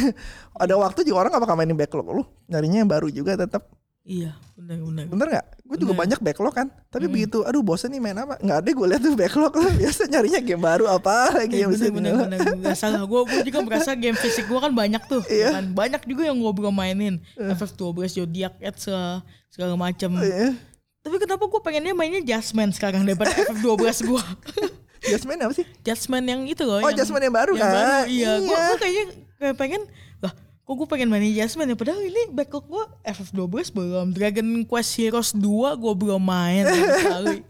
S2: Ada waktu juga orang gak bakal mainin backlog. Lu nyarinya yang baru juga tetap.
S3: Iya bener-bener.
S2: Bener gak? Gue juga banyak backlog kan. Tapi hmm. begitu aduh bosan nih main apa. Gak ada gue lihat tuh backlog. Biasa nyarinya game baru apa lagi yang bisa
S3: bener, bener, bener. Gak salah. Gue juga merasa game fisik gue kan banyak tuh. Iya. Kan? Banyak juga yang gue belum mainin. uh. F F dua belas, Zodiac, Edge, segala macam. uh, iya. Tapi kenapa gue pengennya mainnya Judgment sekarang daripada F F dua belas gue.
S2: Judgment apa sih?
S3: Judgment yang itu loh.
S2: Oh yang, Judgment yang baru
S3: yang
S2: kan?
S3: Baru, iya. iya. Gue kayaknya kayak pengen lah. Kok gue pengen mainin Judgment ya, padahal ini backlog gue F F dua belas belum, Dragon Quest Heroes dua gue belum main sekali.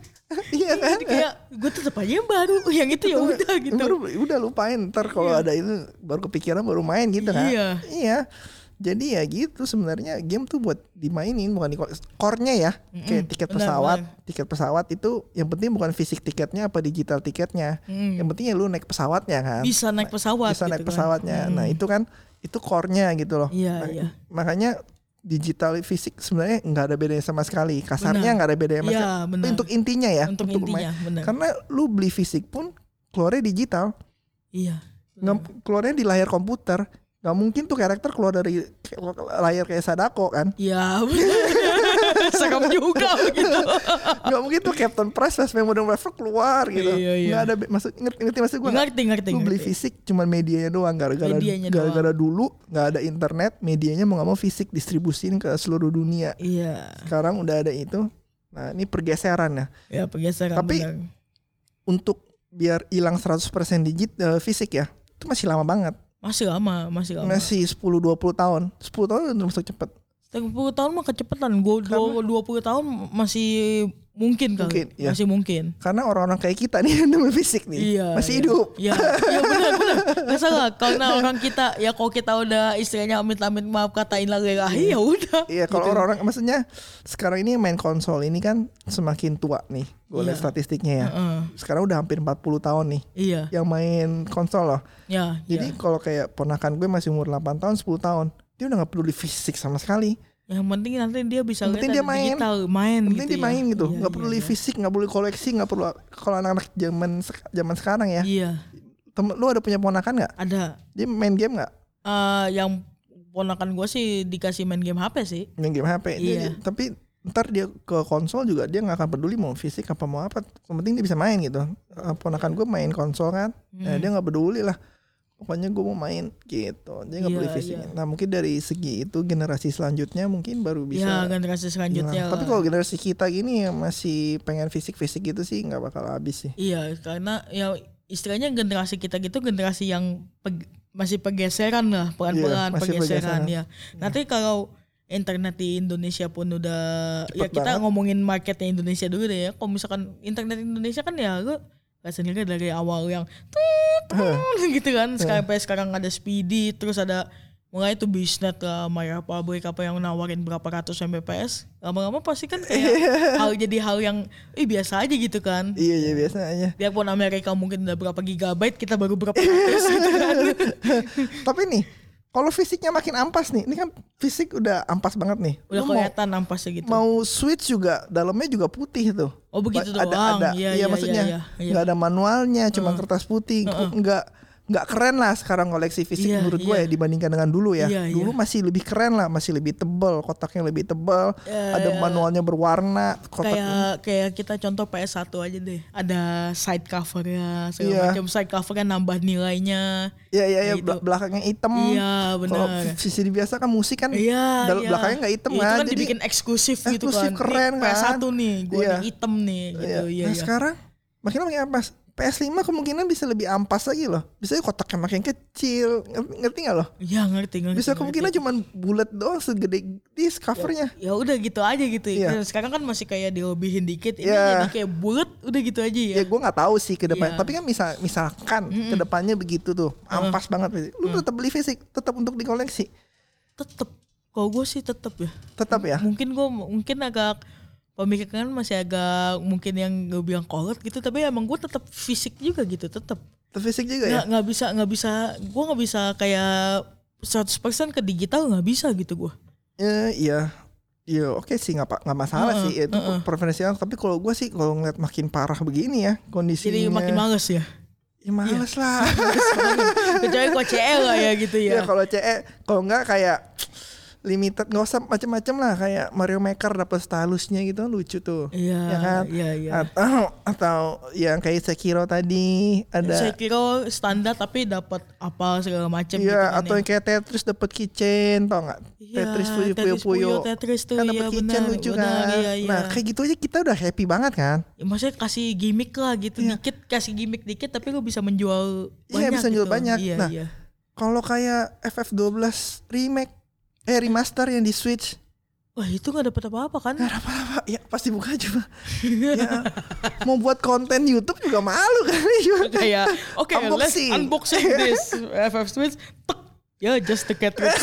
S2: Iya kan?
S3: Jadi kayak gue tetap aja yang baru, yang itu ya udah gitu.
S2: Baru, udah lupain, ntar kalau iya. ada itu baru kepikiran baru main gitu kan?
S3: Iya.
S2: Iya. Jadi ya gitu sebenarnya game tuh buat dimainin bukan di core-nya ya. Mm-hmm. Kayak tiket benar, pesawat, benar. tiket pesawat itu yang penting bukan fisik tiketnya apa digital tiketnya. Mm. Yang penting ya lu naik pesawatnya kan.
S3: Bisa naik pesawat.
S2: Bisa
S3: gitu
S2: naik
S3: kan.
S2: pesawatnya. Mm. Nah itu kan itu core-nya gitu loh.
S3: Iya,
S2: nah,
S3: iya.
S2: Makanya digital fisik sebenarnya nggak ada bedanya sama sekali. Kasarnya nggak ada bedanya sama
S3: ya,
S2: sekali. Untuk intinya ya.
S3: Untuk, untuk intinya, benar.
S2: Karena lu beli fisik pun keluarnya digital.
S3: Iya.
S2: Nggak, keluarnya di layar komputer. Gak mungkin tuh karakter keluar dari layar kayak Sadako kan?
S3: Iya bener. Serem juga gitu.
S2: Gak mungkin tuh Captain Price Last Modern Warfare keluar gitu.
S3: Iya, iya.
S2: Gak ada maksud ngerti ngerti maksud gue.
S3: Ngerti ngerti.
S2: Lu beli fisik cuman medianya doang gara-gara medianya gara-gara doang. Dulu gak ada internet, medianya mau gak mau fisik distribusin ke seluruh dunia.
S3: Iya.
S2: Sekarang udah ada itu. Nah ini pergeseran ya.
S3: Ya pergeseran.
S2: Tapi bener. Untuk biar hilang seratus persen digit uh, fisik ya, itu masih lama banget.
S3: Masih lama, masih lama.
S2: Masih sepuluh dua puluh tahun. sepuluh tahun udah masuk cepet.
S3: sepuluh tahun mah kecepetan. Gue dua puluh tahun masih mungkin kali. Mungkin, ya. Masih mungkin.
S2: Karena orang-orang kayak kita nih yang fisik nih
S3: iya,
S2: masih
S3: iya.
S2: hidup.
S3: Iya, iya benar benar. Gak salah. Karena orang kita ya kalau kita udah istilahnya amit-amit maaf katain lagi ya udah.
S2: Iya, kalau gitu. Orang-orang maksudnya sekarang ini main konsol ini kan semakin tua nih. Gue lihat iya. statistiknya ya. Uh-uh. Sekarang udah hampir empat puluh tahun nih.
S3: Iya.
S2: Yang main konsol loh.
S3: Iya.
S2: Jadi
S3: iya.
S2: kalau kayak ponakan gue masih umur delapan tahun, sepuluh tahun, dia udah enggak peduli fisik sama sekali.
S3: Yang penting nanti dia bisa
S2: lihat dia main.
S3: digital, main
S2: yang penting
S3: gitu
S2: dia main
S3: ya.
S2: gitu.
S3: Iya,
S2: enggak
S3: iya,
S2: peduli
S3: iya.
S2: fisik, enggak perlu koleksi, enggak perlu kalau anak-anak zaman zaman sekarang ya.
S3: Iya.
S2: Tem- lu ada punya ponakan enggak?
S3: Ada.
S2: Dia main game enggak?
S3: Uh, yang ponakan gue sih dikasih main game H P sih.
S2: Main game H P.
S3: Iya.
S2: Dia, tapi ntar dia ke konsol juga dia nggak akan peduli mau fisik apa mau apa, yang penting dia bisa main gitu. Ponakan gue main konsol kan, hmm. nah, dia nggak peduli lah, pokoknya gue mau main gitu, dia nggak yeah, peduli fisiknya. Yeah. Nah mungkin dari segi itu generasi selanjutnya mungkin baru bisa.
S3: Ya generasi selanjutnya.
S2: Tapi kalau generasi kita gini yang masih pengen fisik-fisik gitu sih nggak bakal habis sih.
S3: Iya karena ya istilahnya generasi kita gitu generasi yang pe- masih pergeseran lah, pelan-pelan yeah, pergeseran, pergeseran ya. Nanti kalau internet di Indonesia pun udah cepet ya kita banget. Ngomongin marketnya Indonesia dulu deh ya. Kalau misalkan internet Indonesia kan ya lu gak sendiri dari awal yang tut, tut, gitu kan. Sekarang sampai sekarang ada Speedy, terus ada mulai tuh Bisnet lah, Maya Public apa yang nawarin berapa ratus M B P S. Lama-lama pasti kan kayak hal jadi hal yang ih biasa aja gitu kan.
S2: Iya iya biasa aja.
S3: Biarpun Amerika mungkin udah berapa gigabyte, kita baru berapa ratus gitu kan.
S2: Tapi nih kalau fisiknya makin ampas nih, ini kan fisik udah ampas banget nih.
S3: Udah kelihatan ampasnya gitu.
S2: Mau switch juga, dalamnya juga putih tuh.
S3: Oh begitu
S2: ada,
S3: doang.
S2: Ada,
S3: iya,
S2: iya,
S3: iya,
S2: maksudnya
S3: iya, iya.
S2: Gak ada manualnya, cuma uh. kertas putih. Uh-uh. Nggak nggak keren lah sekarang koleksi fisik
S3: iya,
S2: menurut
S3: iya.
S2: gue ya dibandingkan dengan dulu ya.
S3: Iya,
S2: dulu
S3: iya.
S2: masih lebih keren lah, masih lebih tebal, kotaknya lebih tebal,
S3: uh,
S2: ada manualnya berwarna.
S3: Kayak kayak kita contoh P S satu aja deh. Ada side covernya, segala
S2: iya.
S3: macam side covernya nambah nilainya.
S2: Iya iya iya, gitu. Belakangnya hitam.
S3: Iya benar.
S2: Kalau C D biasa kan musik kan,
S3: iya,
S2: iya. belakangnya nggak hitam
S3: iya,
S2: kan.
S3: Itu kan
S2: jadi
S3: dibikin eksklusif,
S2: eksklusif
S3: gitu kan.
S2: Keren
S3: P S satu kan. Nih, gue iya. hitam nih. Gitu.
S2: Iya.
S3: Iya,
S2: nah
S3: iya.
S2: sekarang makin makin ampas. P S lima kemungkinan bisa lebih ampas lagi loh. Bisa kotaknya makin kecil. Ngerti, ngerti gak loh?
S3: Iya ngerti, ngerti.
S2: Bisa kemungkinan
S3: ngerti.
S2: Cuman bulat doang segede disk covernya.
S3: Ya, ya udah gitu aja gitu.
S2: Iya.
S3: Sekarang kan masih kayak dilebihin dikit. Ini
S2: ya.
S3: jadi kayak bulat udah gitu aja ya.
S2: Ya gue gak tahu sih ke depan.
S3: Ya.
S2: Tapi kan misal, misalkan
S3: Mm-mm.
S2: ke depannya begitu tuh. Ampas uh. banget. Lu
S3: uh.
S2: tetap beli fisik. Tetap untuk dikoleksi.
S3: Tetep. Kalau gue sih tetep ya.
S2: Tetap ya?
S3: M- mungkin gue mungkin agak pemikiran masih agak mungkin yang gue bilang kolot gitu, tapi emang gue tetap fisik juga gitu, tetap.
S2: Tetap fisik juga ya?
S3: Nggak nggak bisa nggak bisa gue nggak bisa kayak seratus persen ke digital nggak bisa gitu gue.
S2: Eh, iya. Iya oke okay sih nggak nggak masalah uh-uh, sih itu uh-uh. preferensi orang. Tapi kalau gue sih kalau ngeliat makin parah begini ya kondisinya.
S3: Jadi makin males ya.
S2: Ya males ya. lah.
S3: Kecuali kok C E lah ya gitu ya.
S2: Ya kalau C E kalau nggak kayak limited nggak usah macam-macam lah kayak Mario Maker dapat stalusnya gitu lucu tuh.
S3: Iya
S2: ya kan?
S3: Iya iya.
S2: Atau atau yang kayak Sekiro tadi ada.
S3: Sekiro standar tapi dapat apa segala macam.
S2: Iya
S3: gitu kan
S2: atau
S3: ya.
S2: yang kayak Tetris dapat keychain tau nggak?
S3: Iya,
S2: Tetris puyo puyo puyo.
S3: Tetris tuh
S2: kan dapat
S3: ya,
S2: keychain
S3: benar,
S2: lucu
S3: benar,
S2: kan.
S3: Iya, iya.
S2: Nah kayak gitu aja kita udah happy banget kan.
S3: Ya, maksudnya kasih gimmick lah gitu iya. Dikit kasih gimmick dikit tapi lu bisa menjual banyak.
S2: Iya bisa menjual
S3: gitu.
S2: banyak.
S3: Iya,
S2: nah
S3: iya.
S2: kalau kayak F F dua belas remake eh remaster yang di Switch.
S3: Wah itu gak dapet apa-apa kan?
S2: Gak dapet apa-apa, ya pasti buka aja ya, mau buat konten YouTube juga malu kan.
S3: Kayak oke okay, let's unboxing this F F Switch. Tek. Ya just the cartridge.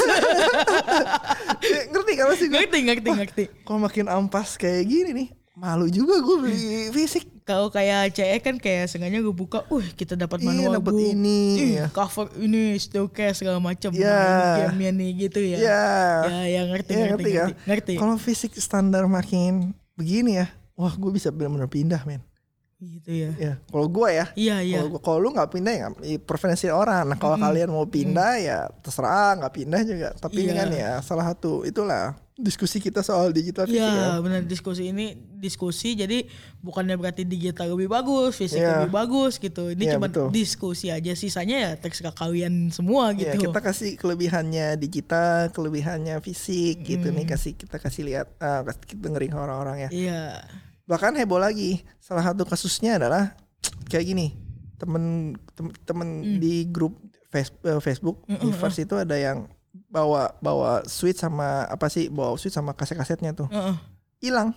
S2: Ngerti kan sih?
S3: Ngerti ngerti ngerti.
S2: Kalau makin ampas kayak gini nih malu juga gue beli fisik.
S3: Kalau kayak C E kan kayak sengaja gue buka, uh kita dapat manual,
S2: iya, dapet ini,
S3: Ih,
S2: ya.
S3: cover ini, still case segala macam,
S2: ya.
S3: Game-nya nih gitu ya.
S2: Ya,
S3: ya, ya ngerti,
S2: ya,
S3: ngerti,
S2: ngerti,
S3: ngerti,
S2: kan?
S3: ngerti.
S2: Kalau fisik standar makin begini ya, wah gue bisa benar-benar pindah men.
S3: Gitu ya.
S2: Ya, kalau gue ya,
S3: iya iya.
S2: Kalau kalau lu nggak pindah ya, preferensi orang. Nah kalau mm-hmm. kalian mau pindah mm. ya terserah, nggak pindah juga. Tapi
S3: iya.
S2: ini kan ya salah satu itulah diskusi kita soal digital fisik
S3: ya.
S2: ya.
S3: Benar diskusi ini diskusi jadi bukannya berarti digital lebih bagus, fisik
S2: ya.
S3: lebih bagus gitu. Ini
S2: ya,
S3: cuma
S2: betul.
S3: diskusi aja, sisanya ya teks ke kalian semua gitu.
S2: Ya, kita kasih kelebihannya digital, kelebihannya fisik mm. gitu nih kasih kita kasih lihat, uh, kita dengerin orang-orang ya.
S3: Iya.
S2: Bahkan heboh lagi, salah satu kasusnya adalah kayak gini, temen temen, temen mm. di grup Facebook, mm, di Verse mm, itu ada yang bawa bawa Switch sama apa sih, bawa Switch sama kaset-kasetnya tuh, hilang.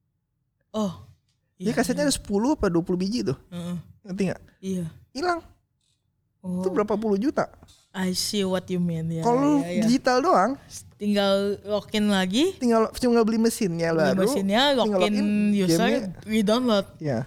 S3: Uh, uh. Oh,
S2: iya, jadi kasetnya iya. Ada sepuluh apa dua puluh biji tuh, uh, ngerti nggak?
S3: Iya.
S2: Hilang.
S3: Oh.
S2: Itu berapa puluh juta?
S3: I see what you mean ya.
S2: Kalau
S3: ya, ya.
S2: digital doang,
S3: tinggal login lagi,
S2: tinggal cuma beli mesinnya
S3: beli
S2: baru,
S3: mesinnya, login, login user, re-download.
S2: Ya.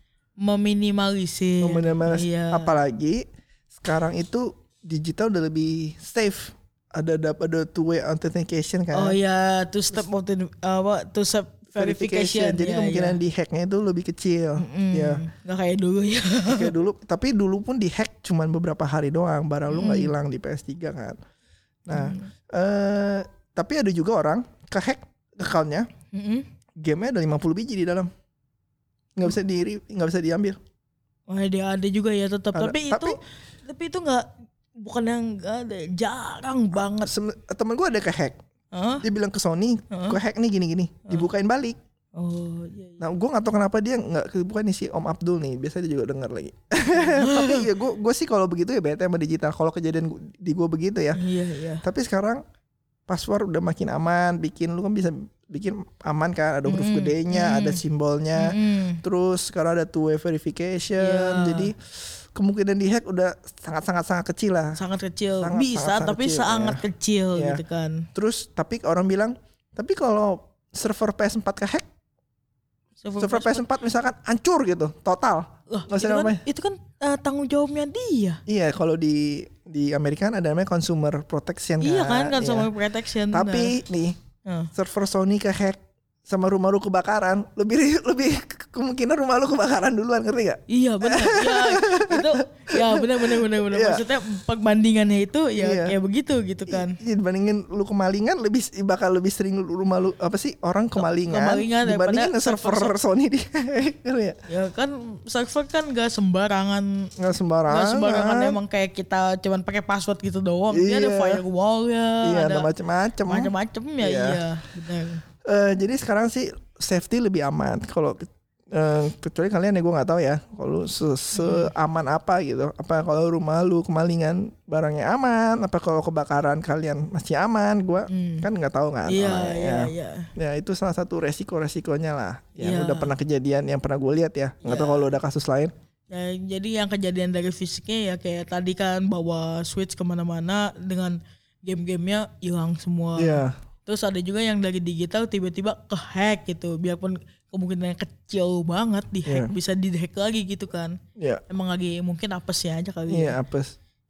S3: Meminimalisir.
S2: Meminimalisir.
S3: Ya.
S2: Apalagi sekarang itu digital udah lebih safe. Ada ada two way authentication kan.
S3: Oh ya, two step apa two step verification.
S2: Jadi ya, kemungkinan ya. Di hacknya itu lebih kecil. Mm-hmm. Ya.
S3: Gak kayak dulu ya.
S2: Kayak dulu, tapi dulu pun di hack cuman beberapa hari doang. Barang mm. lu nggak hilang di P S tiga kan. Nah, mm. eh, tapi ada juga orang ke hack accountnya, mm-hmm. gamenya ada lima puluh biji di dalam, nggak bisa di nggak bisa diambil.
S3: Oh dia ada juga ya tetap.
S2: Ada.
S3: Tapi,
S2: tapi
S3: itu tapi itu nggak, bukan yang nggak ada, jarang banget.
S2: Sem- temen gue ada ke hack.
S3: Huh?
S2: Dia bilang ke Sony, huh? Gue hack nih gini-gini, huh? Dibukain balik.
S3: Oh iya, iya.
S2: Nah gue nggak tahu kenapa dia nggak kebuka nih si Om Abdul nih, biasanya dia juga denger lagi. Tapi ya gue gue sih kalau begitu ya bete sama digital. Kalau kejadian di gue begitu ya.
S3: Iya iya.
S2: Tapi sekarang password udah makin aman, bikin lu kan bisa bikin aman kan, ada huruf mm, gedenya, mm, ada simbolnya. Mm, terus sekarang ada two way verification, yeah. Jadi kemungkinan dihack udah sangat-sangat sangat kecil lah.
S3: Sangat kecil.
S2: Sangat,
S3: bisa
S2: sangat,
S3: tapi
S2: kecil,
S3: sangat
S2: ya.
S3: kecil
S2: Ya.
S3: gitu kan.
S2: Terus tapi orang bilang, tapi kalau server P S four kehack, server, server P S four misalkan hancur gitu, total.
S3: Loh, itu, kan, itu kan uh, tanggung jawabnya dia.
S2: Iya, kalau di di Amerika ada namanya consumer protection kan.
S3: Iya kan, consumer ya. Protection.
S2: Tapi nah. nih, uh. server Sony kehack sama rumah lu kebakaran, lebih lebih kemungkinan rumah lu kebakaran duluan, ngerti gak?
S3: Iya benar. Ya, itu ya benar benar benar benar.
S2: Iya.
S3: Maksudnya perbandingannya itu ya iya. Kayak begitu gitu kan.
S2: Iya, dibandingin lu kemalingan lebih bakal lebih sering rumah lu apa sih orang kemalingan,
S3: kemalingan
S2: dibandingin server, server Sony di
S3: ya? Ya kan server kan gak sembarangan.
S2: Gak sembarangan.
S3: Gak sembarangan emang kayak kita cuman pakai password gitu doang. Iya. Dia ada firewall ya.
S2: Iya,
S3: ada,
S2: ada macam-macam.
S3: Macam-macam ya iya. Iya benar.
S2: Uh, jadi sekarang sih safety lebih aman kalau uh, kecuali kalian ya gue nggak tahu ya kalau se- seaman apa gitu, apa kalau rumah lu kemalingan barangnya aman, apa kalau kebakaran kalian masih aman, gue hmm. kan nggak tahu kan.
S3: Iya
S2: oh,
S3: iya iya.
S2: Ya itu salah satu resiko-resikonya lah yang
S3: ya.
S2: Udah pernah kejadian yang pernah gue lihat ya, nggak ya. Tahu kalau udah kasus lain.
S3: Ya, jadi yang kejadian dari fisiknya ya kayak tadi kan bawa Switch kemana-mana dengan game-gamenya hilang semua.
S2: Iya.
S3: Terus ada juga yang dari digital tiba-tiba ke hack gitu, biarpun kemungkinannya kecil banget di hack, yeah. Bisa di hack lagi gitu kan.
S2: Yeah.
S3: Emang lagi mungkin apes ya aja kali.
S2: Iya yeah,
S3: ya.
S2: apes.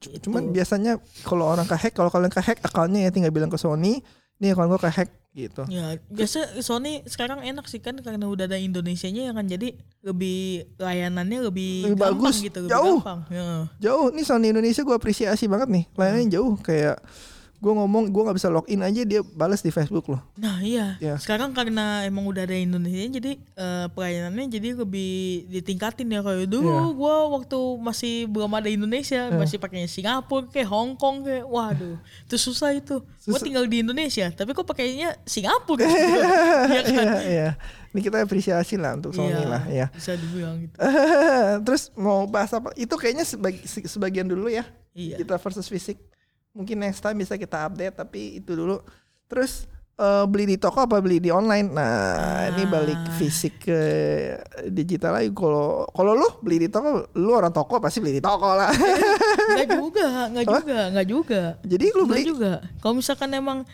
S2: Cuman itu. Biasanya kalau orang kehack, kalau kalian kehack akalnya ya tinggal bilang ke Sony, nih kalau gue kehack gitu.
S3: Ya biasa Sony sekarang enak sih kan karena udah ada Indonesianya ya kan, jadi lebih layanannya lebih,
S2: lebih
S3: gampang
S2: bagus,
S3: gitu,
S2: jauh,
S3: lebih gampang. Ya.
S2: Jauh. Nih Sony Indonesia gue apresiasi banget nih, layanannya hmm. jauh kayak. Gue ngomong gue nggak bisa login aja dia balas di Facebook loh.
S3: Nah iya.
S2: Ya.
S3: Sekarang karena emang udah ada Indonesia jadi uh, pelayanannya jadi lebih ditingkatin ya. Kayak dulu ya. Gue waktu masih belum ada Indonesia ya. Masih pakainya Singapura kayak Hong Kong kayak waduh itu susah itu. Gue tinggal di Indonesia tapi kok pakainya Singapura. Gitu. Ya kan?
S2: Iya, iya. Ini kita apresiasi lah untuk Sony ya, lah ya.
S3: Bisa dibilang gitu.
S2: Terus mau bahas apa? Itu kayaknya sebag- sebagian dulu ya.
S3: Iya.
S2: Kita versus fisik. Mungkin next time bisa kita update tapi itu dulu. Terus uh, beli di toko apa beli di online? Nah, ah. ini balik fisik ke digital lagi. Kalau kalau lu beli di toko, lu orang toko pasti beli di toko lah.
S3: Enggak juga, enggak juga, enggak juga.
S2: Jadi lu beli
S3: juga. Kalau misalkan emang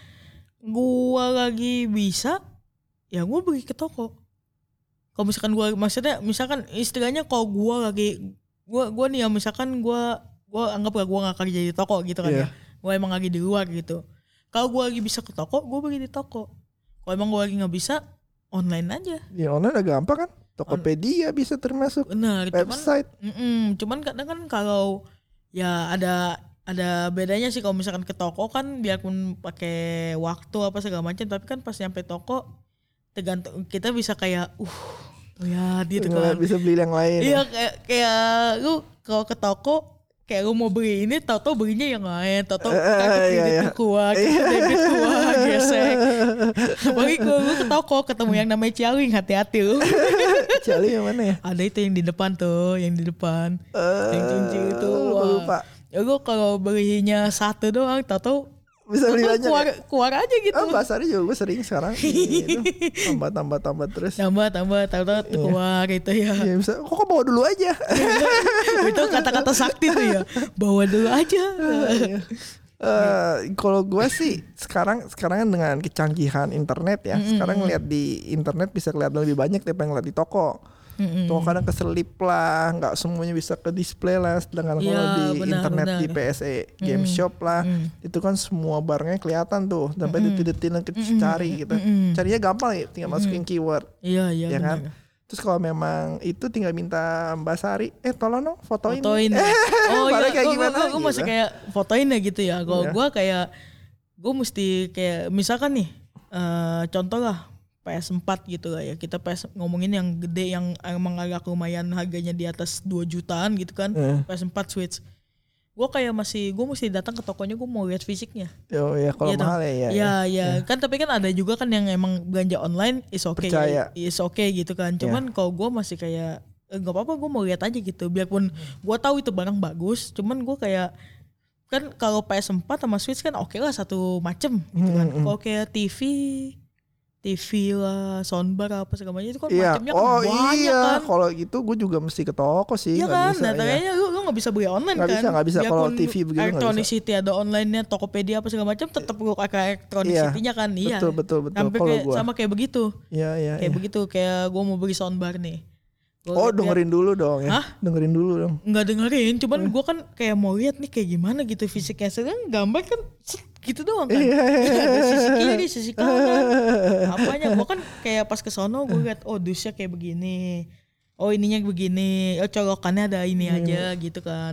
S3: gua lagi bisa, ya gua beli ke toko. Kalau misalkan gua maksudnya misalkan istilahnya kalau gua lagi gua gua nih ya misalkan gua gua anggap gak gua enggak kerja di toko gitu kan yeah. ya. Gue emang lagi di luar gitu. Kalau gue lagi bisa ke toko, gue beli di toko. Kalau emang gue lagi nggak bisa, online aja.
S2: Ya online agak gampang kan. Tokopedia On- bisa termasuk.
S3: Benar.
S2: Website.
S3: Cuman, cuman kadang kan kalau ya ada ada bedanya sih kalau misalkan ke toko kan biarpun pakai waktu apa segala macam, tapi kan pas nyampe toko tergantung kita bisa kayak uh ya gitu kan.
S2: Bisa beli yang lain.
S3: Iya kayak kayak lu kalau ke toko kayak lu mau beli ini, tau-tau belinya yang lain, tau-tau kartu kredit keluar, kartu debit keluar, gesek. Apalagi kalau lu ke toko ketemu yang namanya Cialing, hati-hati lu.
S2: Cialing yang mana ya?
S3: Ada itu yang di depan tuh, yang di depan, uh, yang kunci itu.
S2: Lupa.
S3: Ya lu kalau belinya satu doang, tau-tau
S2: bisa beli banyak
S3: keluar,
S2: ya?
S3: keluar aja gitu.
S2: Oh, pasarnya juga gue sering sekarang gitu. Tambah tambah tambah terus.
S3: Tambah tambah tambah keluar gitu ya.
S2: Iya bisa. Kok bawa dulu aja.
S3: Itu kata-kata sakti tuh ya. Bawa dulu aja.
S2: uh, kalau gue sih sekarang sekarang kan dengan kecanggihan internet ya. Mm-hmm. Sekarang ngeliat di internet bisa kelihatan lebih banyak daripada ngeliat di toko. Mm-hmm. Toko kadang keselip lah, nggak semuanya bisa ke display lah. Sedangkan ya, kalau di benar, internet benar. Di P S E Game mm-hmm. Shop lah, mm-hmm. itu kan semua barangnya kelihatan tuh, sampai mm-hmm. detil-detilan kita mm-hmm. cari gitu. Mm-hmm. Carinya gampang ya, tinggal mm-hmm. masukin keyword.
S3: Iya iya.
S2: Ya kan. Terus kalau memang itu tinggal minta Mbak Sari, eh tolong dong fotoin.
S3: Fotoin. Oh iya,
S2: kayak gimana?
S3: Gue masih kayak fotoin ya gitu ya. Kalau gue kayak, gue mesti kayak misalkan nih, uh, contoh lah. P S empat gitu lah ya. Kita P S ngomongin yang gede yang emang agak lumayan harganya di atas dua jutaan gitu kan. Mm. P S empat Switch. Gue kayak masih gue mesti datang ke tokonya, gue mau lihat fisiknya.
S2: Oh ya kalau ya, mahal ya ya.
S3: Ya ya kan tapi kan ada juga kan yang emang belanja online is okay.
S2: Percaya.
S3: Is okay gitu kan. Cuman yeah. kalau gue masih kayak enggak apa-apa gue mau lihat aja gitu. Biarpun gue tahu itu barang bagus, cuman gue kayak kan kalau P S empat sama Switch kan oke okay lah satu macem gitu kan. Mm-hmm. Kalau kayak T V T V lah, soundbar apa segala macam itu kan
S2: iya.
S3: macamnya
S2: oh,
S3: kan banyak
S2: iya.
S3: kan.
S2: Kalau gitu gue juga mesti ke toko sih.
S3: Iya kan, nah kayaknya lu, lu gak bisa beli online
S2: gak
S3: kan.
S2: Bisa, gak bisa kalau T V begitu
S3: Electronic City ada online-nya, Tokopedia apa segala macam tetap lu pakai Electronic
S2: iya.
S3: City-nya kan. Iya.
S2: Betul betul betul.
S3: Sampai kayak, sama kayak begitu.
S2: Iya iya.
S3: Kayak
S2: iya.
S3: begitu, kayak gue mau beli soundbar nih. Gua
S2: oh dengerin liat, dulu dong ya.
S3: Hah?
S2: Dengerin dulu dong.
S3: Enggak dengerin, cuman gue kan kayak mau lihat nih kayak gimana gitu fisiknya. Sekarang gambar kan gitu doang kan. Ada sisi kiri, sisi kanan. Apanya gue kan kayak pas ke sono gue lihat oh dusnya kayak begini. Oh ininya begini. Oh colokannya ada ini aja gitu kan.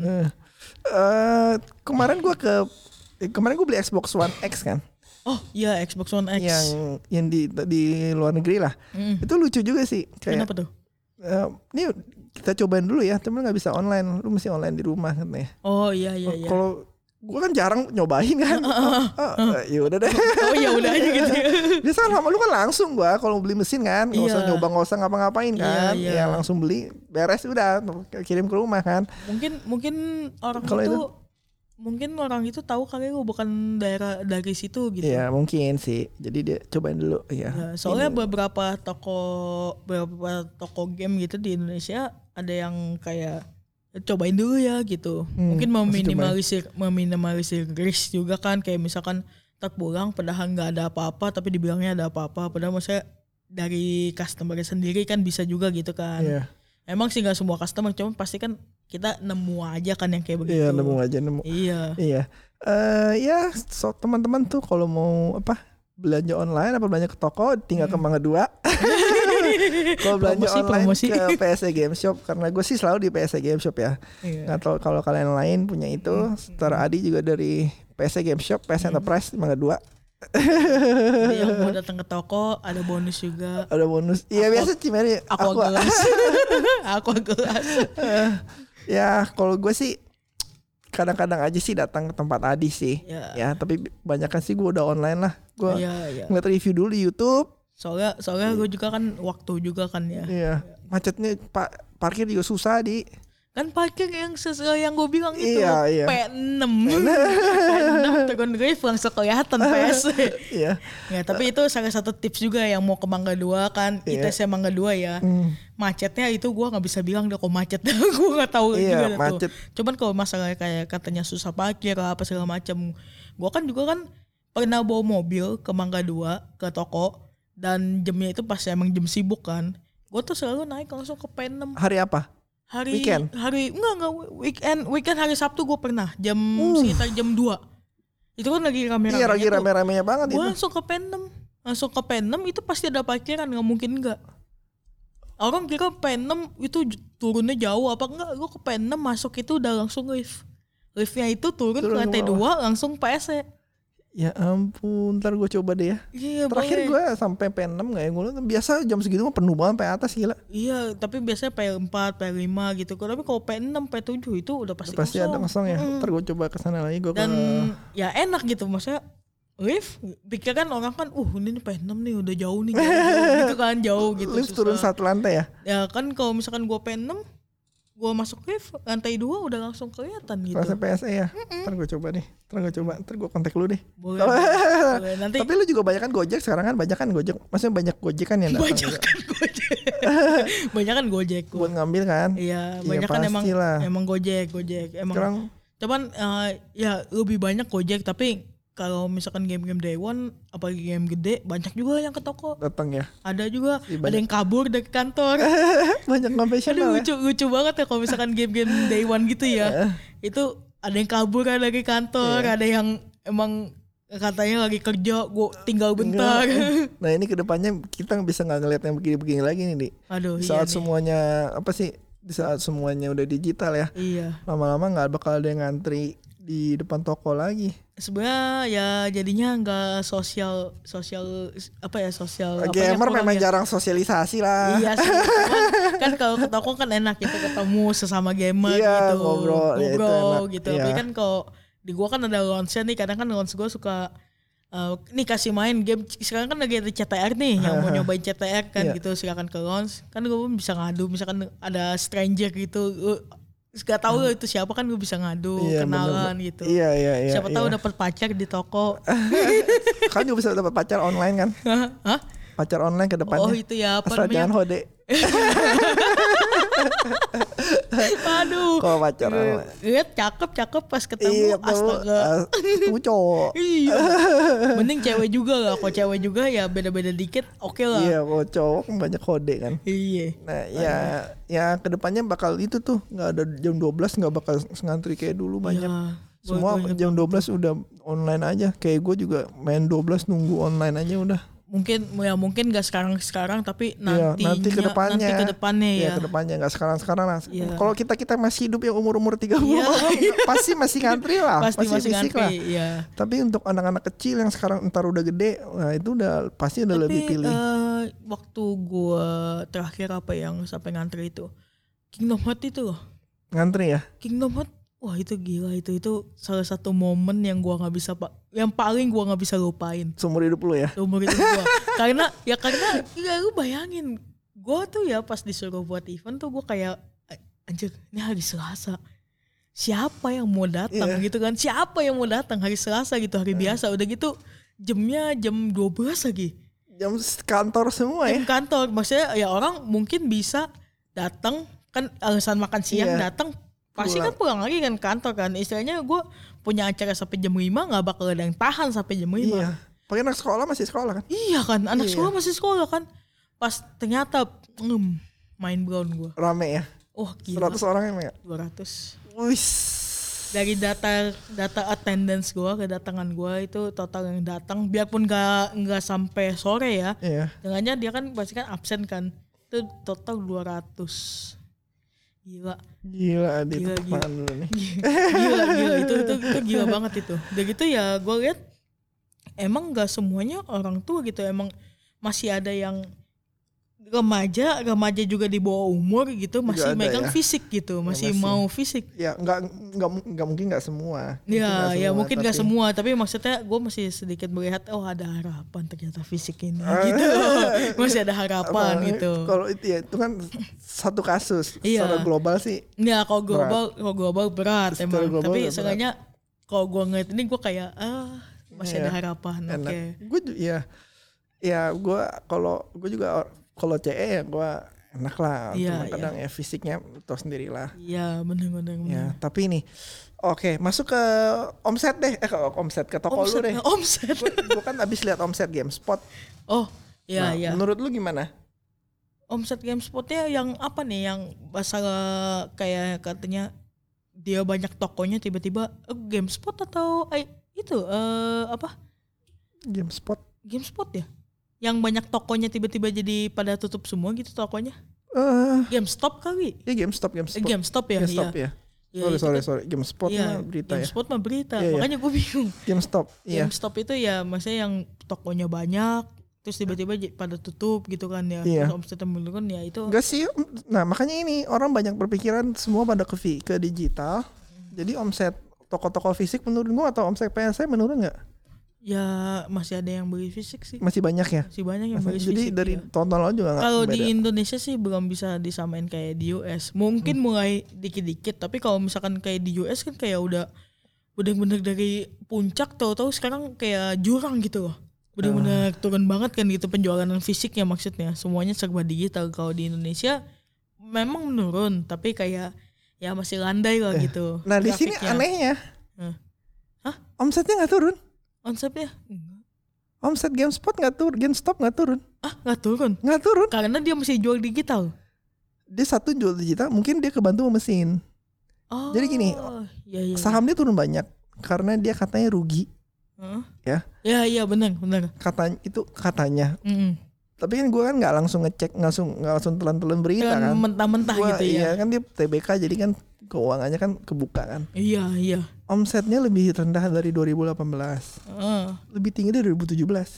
S2: Uh, kemarin gue ke kemarin gue beli Xbox One X kan.
S3: Oh iya Xbox One X.
S2: Yang yang di di luar negeri lah. Mm. Itu lucu juga sih. Kayak,
S3: kenapa tuh?
S2: Uh, ini kita cobain dulu ya, temen nggak bisa online, lu mesti online di rumah katanya.
S3: Oh iya iya. iya.
S2: Kalau gue kan jarang nyobain kan, uh, uh, uh, uh, ya udah deh.
S3: Oh ya udah aja gitu.
S2: Biasa sama lu kan langsung gue kalau beli mesin kan, nggak usah nyoba nggak usah ngapa-ngapain kan, iya, iya. ya langsung beli, beres udah kirim ke rumah kan.
S3: Mungkin mungkin orang kalo itu, itu mungkin orang itu tahu kali lu bukan daerah dari situ gitu.
S2: Iya mungkin sih. Jadi dia cobain dulu ya.
S3: Ya, soalnya ini. beberapa toko beberapa toko game gitu di Indonesia ada yang kayak cobain dulu ya gitu. Hmm, mungkin meminimalisir meminimalisir risk juga kan, kayak misalkan tak pulang padahal nggak ada apa-apa tapi dibilangnya ada apa-apa padahal maksudnya dari customer sendiri kan bisa juga gitu kan. Yeah. Emang sih nggak semua customer, cuma pasti kan kita nemu aja kan yang kayak begitu.
S2: Iya nemu aja nemu.
S3: Iya.
S2: Iya. Uh, ya so, teman-teman tuh kalau mau apa belanja online apa belanja ke toko tinggal hmm. ke Mangga dua. Kalau belanja promosi, online promosi. Ke P S E Game Shop karena gue sih selalu di P S E Game Shop ya. Iya. Nggak tahu kalau kalian lain punya itu. Hmm. Setara Adi juga dari P S E Game Shop, P S hmm. Enterprise Mangga dua.
S3: Jadi yang mau datang ke toko ada bonus juga.
S2: Ada bonus. Iya biasa Cimeri.
S3: Aku gelas. Aku gelas.
S2: Ya kalau gue sih kadang-kadang aja sih datang ke tempat Adi sih. Ya, ya tapi banyakan sih gue udah online lah. Gue ya, ya. ngeliat review dulu di YouTube.
S3: Soalnya soalnya gue juga kan waktu juga kan ya.
S2: Iya. Macetnya pak parkir juga susah di.
S3: Kan parkir yang sesuai yang gue bilang itu
S2: iya, iya.
S3: P enam P enam Turun Drive langsung kelihatan P S.
S2: Iya.
S3: Ya tapi itu salah satu tips juga yang mau ke Mangga dua kan. Iya. I T S Mangga dua ya. Hmm. Macetnya itu gue nggak bisa bilang deh kok macetnya. Gue nggak tahu
S2: iya,
S3: juga macet. Tuh. Cuman kalau masalah kayak katanya susah parkir apa segala macam. Gue kan juga kan pernah bawa mobil ke Mangga dua ke toko dan jamnya itu pas emang jam sibuk kan. Gue tuh selalu naik langsung ke P enam.
S2: Hari apa?
S3: Hari
S2: weekend?
S3: Hari enggak enggak weekend weekend hari Sabtu gue pernah jam uh. sekitar jam dua. Itu kan lagi rame-ramenya.
S2: Iya lagi rame-ramenya banget
S3: gua
S2: itu.
S3: Gue langsung ke P enam. Langsung ke P enam itu pasti ada parkiran, enggak mungkin enggak. Orang kira P enam itu turunnya jauh apa enggak? Gue ke P enam masuk itu udah langsung lift. Liftnya itu turun, turun ke lantai dua langsung P S E.
S2: Ya ampun, ntar gue coba deh ya.
S3: Iya,
S2: terakhir gue sampai P enam gak ya, gue biasa jam segitu mah penuh banget P atas gila.
S3: Iya, tapi biasanya P empat, P lima gitu. Tapi kalau P enam, P tujuh itu udah pasti,
S2: pasti
S3: kosong.
S2: ada kosong ya. Mm. Ntar gue coba kesana lagi. Gua
S3: Dan
S2: ke...
S3: ya enak gitu, maksudnya lift, pikir kan orang kan, uh ini P enam nih udah jauh nih, jauh, gitu kan jauh gitu.
S2: Lift
S3: susah.
S2: Turun satu lantai ya?
S3: Ya kan kalau misalkan gue P enam, gue masuk lift lantai dua udah langsung kelihatan gitu.
S2: Kelasnya P S E ya. Mm-mm. Ntar gue coba deh. Ntar gue coba. Ntar gue kontak lu deh.
S3: Boleh. boleh. Nanti.
S2: Tapi lu juga banyak kan Gojek sekarang kan banyak kan Gojek. Maksudnya banyak Gojek kan yang datang.
S3: Banyak kan Gojek. banyak kan Gojek.
S2: Buat ngambil kan.
S3: Iya. Banyak ya, kan emang emang Gojek Gojek. Emang. Sekarang, cuman uh, ya lebih banyak Gojek tapi kalau misalkan game-game Day One, apalagi game gede, banyak juga yang ke toko.
S2: Datang ya.
S3: Ada juga, ya, ada yang kabur dari kantor.
S2: Banyak konvensional.
S3: Aduh, lucu, ya. lucu banget ya kalau misalkan game-game Day One gitu ya. Itu ada yang kabur dari kantor, yeah. ada yang emang katanya lagi kerja, gue tinggal bentar.
S2: Enggak. Nah ini kedepannya kita bisa nggak ngeliat yang begini-begini lagi nih, Di.
S3: Aduh,
S2: di saat
S3: iya
S2: semuanya nih. apa sih? Di saat semuanya udah digital ya.
S3: Iya.
S2: Lama-lama nggak bakal ada yang ngantri di depan toko lagi.
S3: Sebenarnya ya jadinya nggak sosial sosial apa ya sosial.
S2: Gamer memang ya. Jarang sosialisasi lah.
S3: Iya sih. Kan kalau ke toko kan enak gitu ketemu sesama gamer
S2: iya,
S3: gitu,
S2: ngobrol,
S3: ngobrol ya gitu.
S2: Iya.
S3: Tapi kan kalau di gua kan ada launch-nya nih, kadang kan launch gua suka uh, nih kasih main game. Sekarang kan lagi ada C T R nih yang mau nyobain C T R kan iya. gitu, silakan ke launch. Kan gua bisa ngadu misalkan ada stranger gitu. Gak tahu hmm. itu siapa kan gue bisa ngadu iya, kenalan bener. Gitu.
S2: Iya iya iya.
S3: Siapa tahu
S2: iya.
S3: dapat pacar di toko.
S2: Kan juga bisa dapat pacar online kan?
S3: Hah?
S2: Pacar online ke depannya.
S3: Oh itu ya apa
S2: asal
S3: namanya?
S2: Jangan hode.
S3: Aduh.
S2: Kalau pacar online.
S3: Lihat cakep cakep pas ketemu
S2: iya,
S3: astaga.
S2: Ketemu cowok.
S3: Iya. Mending cewek juga lah. Kalau cewek juga ya beda-beda dikit oke okay lah.
S2: Iya kalau cowok kan banyak kode kan.
S3: Iya.
S2: Nah ya ya kedepannya bakal itu tuh nggak ada jam dua belas nggak bakal ngantri kayak dulu banyak. Ya, semua jam dua belas itu. Udah online aja. Kayak gue juga main dua belas nunggu online aja udah.
S3: Mungkin ya mungkin nggak sekarang sekarang tapi nantinya
S2: ya, nanti kedepannya
S3: nanti kedepannya ya,
S2: ya kedepannya nggak sekarang sekarang lah
S3: ya.
S2: Kalau kita kita masih hidup yang umur umur tiga puluh ya. Pasti masih ngantri lah
S3: pasti masih
S2: fisik
S3: ngantri,
S2: lah
S3: ya.
S2: Tapi untuk anak-anak kecil yang sekarang entar udah gede nah itu udah pasti udah
S3: tapi,
S2: lebih pilih
S3: uh, waktu gua terakhir apa yang sampai ngantri itu Kingdom Hearts itu loh
S2: ngantri ya
S3: Kingdom Hearts. Wah itu gila itu itu salah satu momen yang gua nggak bisa pak yang paling gua nggak bisa lupain
S2: seumur hidup lu ya
S3: seumur hidup gua karena ya karena ya lu bayangin gua tuh ya pas disuruh buat event tuh gua kayak anjir ini hari Selasa siapa yang mau datang yeah. gitu kan siapa yang mau datang hari Selasa gitu hari yeah. biasa udah gitu jamnya jam dua belas lagi
S2: jam kantor semua
S3: jam
S2: ya
S3: kantor maksudnya ya orang mungkin bisa datang kan alasan makan siang yeah. datang pasti kan pulang lagi kan kantor kan istilahnya gue punya acara sampai jam lima nggak bakal ada yang tahan sampai jam lima.
S2: Iya. Pakai anak sekolah masih sekolah kan?
S3: Iya kan anak
S2: iya.
S3: sekolah masih sekolah kan. Pas ternyata mm, main brown gue.
S2: Rame ya?
S3: Oh gila.
S2: seratus orang emang ya?
S3: dua ratus.
S2: Wih.
S3: Dari data data attendance gue, kedatangan gue itu total yang datang, biarpun gak nggak sampai sore ya.
S2: Iya.
S3: Dengannya dia kan pasti kan absen kan. Itu total dua ratus. Gila.
S2: Gila, Adit.
S3: Gila, gila.
S2: Dulu nih.
S3: Gila, gila itu, itu itu gila banget itu. Udah gitu ya gue lihat emang gak semuanya orang tua gitu, emang masih ada yang remaja, remaja juga di bawah umur gitu, masih
S2: ada
S3: megang
S2: ya?
S3: fisik gitu, masih,
S2: Ya, masih.
S3: mau fisik.
S2: Ya nggak nggak nggak mungkin nggak semua.
S3: Ya,
S2: Mungkin
S3: ya
S2: semua,
S3: mungkin
S2: tapi-
S3: gak semua, tapi maksudnya gue masih sedikit melihat, oh ada harapan ternyata fisik ini
S2: Ah.
S3: gitu, masih ada harapan
S2: Apa,
S3: gitu.
S2: Kalau itu ya itu kan satu kasus.
S3: Iya.
S2: Secara global sih.
S3: Ya kalau global, kalau global berat
S2: Secara
S3: emang,
S2: global
S3: tapi
S2: berat.
S3: seenggaknya kalau gue ngeliat ini gue kayak ah masih
S2: Iya.
S3: ada harapan, oke.
S2: Enak. Gue ya ya gue kalau gue juga or- kalau C E ya gue enak lah.
S3: Iya,
S2: Cuma
S3: iya.
S2: kadang ya fisiknya tau sendiri lah.
S3: Iya benar-benar.
S2: Ya tapi ini oke masuk ke omset deh. Eh ke omset ke toko lu deh.
S3: Omset.
S2: Gue kan abis lihat omset GameSpot.
S3: Oh
S2: Nah,
S3: iya iya.
S2: menurut lu gimana?
S3: Omset GameSpotnya yang apa nih, yang masalah kayak katanya dia banyak tokonya tiba-tiba eh, GameSpot atau eh, itu eh, apa
S2: GameSpot.
S3: GameSpot ya, yang banyak tokonya tiba-tiba jadi pada tutup semua gitu tokonya.
S2: Eh,
S3: GameStop kali.
S2: ya GameStop,
S3: Eh,
S2: GameSpot.
S3: GameStop ya.
S2: GameStop
S3: iya.
S2: ya.
S3: Iya,
S2: sorry
S3: itu
S2: sorry
S3: kan-
S2: sorry. GameSpot
S3: Iya,
S2: mah berita ya.
S3: GameSpot mah berita.
S2: Iya, iya.
S3: Makanya gue bingung.
S2: GameStop. Iya.
S3: GameStop itu ya maksudnya yang tokonya banyak terus tiba-tiba j- pada tutup gitu kan ya.
S2: Iya.
S3: Terus omsetnya menurun ya itu.
S2: Enggak sih. Nah, makanya ini orang banyak berpikiran semua pada ke fi- ke digital. Jadi omset toko-toko fisik menurun gua atau omset P S E menurun enggak?
S3: Ya masih ada yang beli fisik sih.
S2: Masih banyak ya?
S3: Masih banyak yang beli
S2: Jadi
S3: fisik.
S2: dari
S3: ya.
S2: tonton lo juga enggak
S3: Kalau
S2: beda.
S3: di Indonesia sih belum bisa disamain kayak di U S. Mungkin
S2: Hmm.
S3: mulai dikit-dikit, tapi kalau misalkan kayak di U S kan kayak udah bener-bener dari puncak tahu-tahu sekarang kayak jurang gitu loh. Bener-bener
S2: Ah.
S3: turun banget kan gitu penjualan fisiknya, maksudnya semuanya serba digital. Kalau di Indonesia memang menurun, tapi kayak ya masih landai lah gitu.
S2: Nah, di sini
S3: grafiknya.
S2: anehnya.
S3: Hmm. Hah?
S2: Omsetnya enggak turun.
S3: Konsepnya enggak.
S2: Omset GameSpot enggak turun, GameStop enggak turun.
S3: Ah nggak turun
S2: Enggak turun.
S3: karena dia masih jual digital.
S2: Dia satu jual digital, mungkin dia kebantu sama mesin.
S3: Oh,
S2: Jadi gini,
S3: ya, ya,
S2: Saham dia turun banyak karena dia katanya rugi.
S3: Heeh.
S2: Ya.
S3: Ya iya benar benar.
S2: Katanya itu katanya.
S3: Mm-mm.
S2: Tapi kan gue kan nggak langsung ngecek, nggak langsung nggak langsung telan-telan berita
S3: Kan
S2: kan.
S3: mentah-mentah
S2: Gua,
S3: gitu ya.
S2: Iya kan dia T B K jadi kan keuangannya kan kebuka kan.
S3: Iya iya.
S2: Omsetnya lebih rendah dari dua ribu delapan belas,
S3: Heeh.
S2: lebih tinggi dari dua ribu tujuh belas.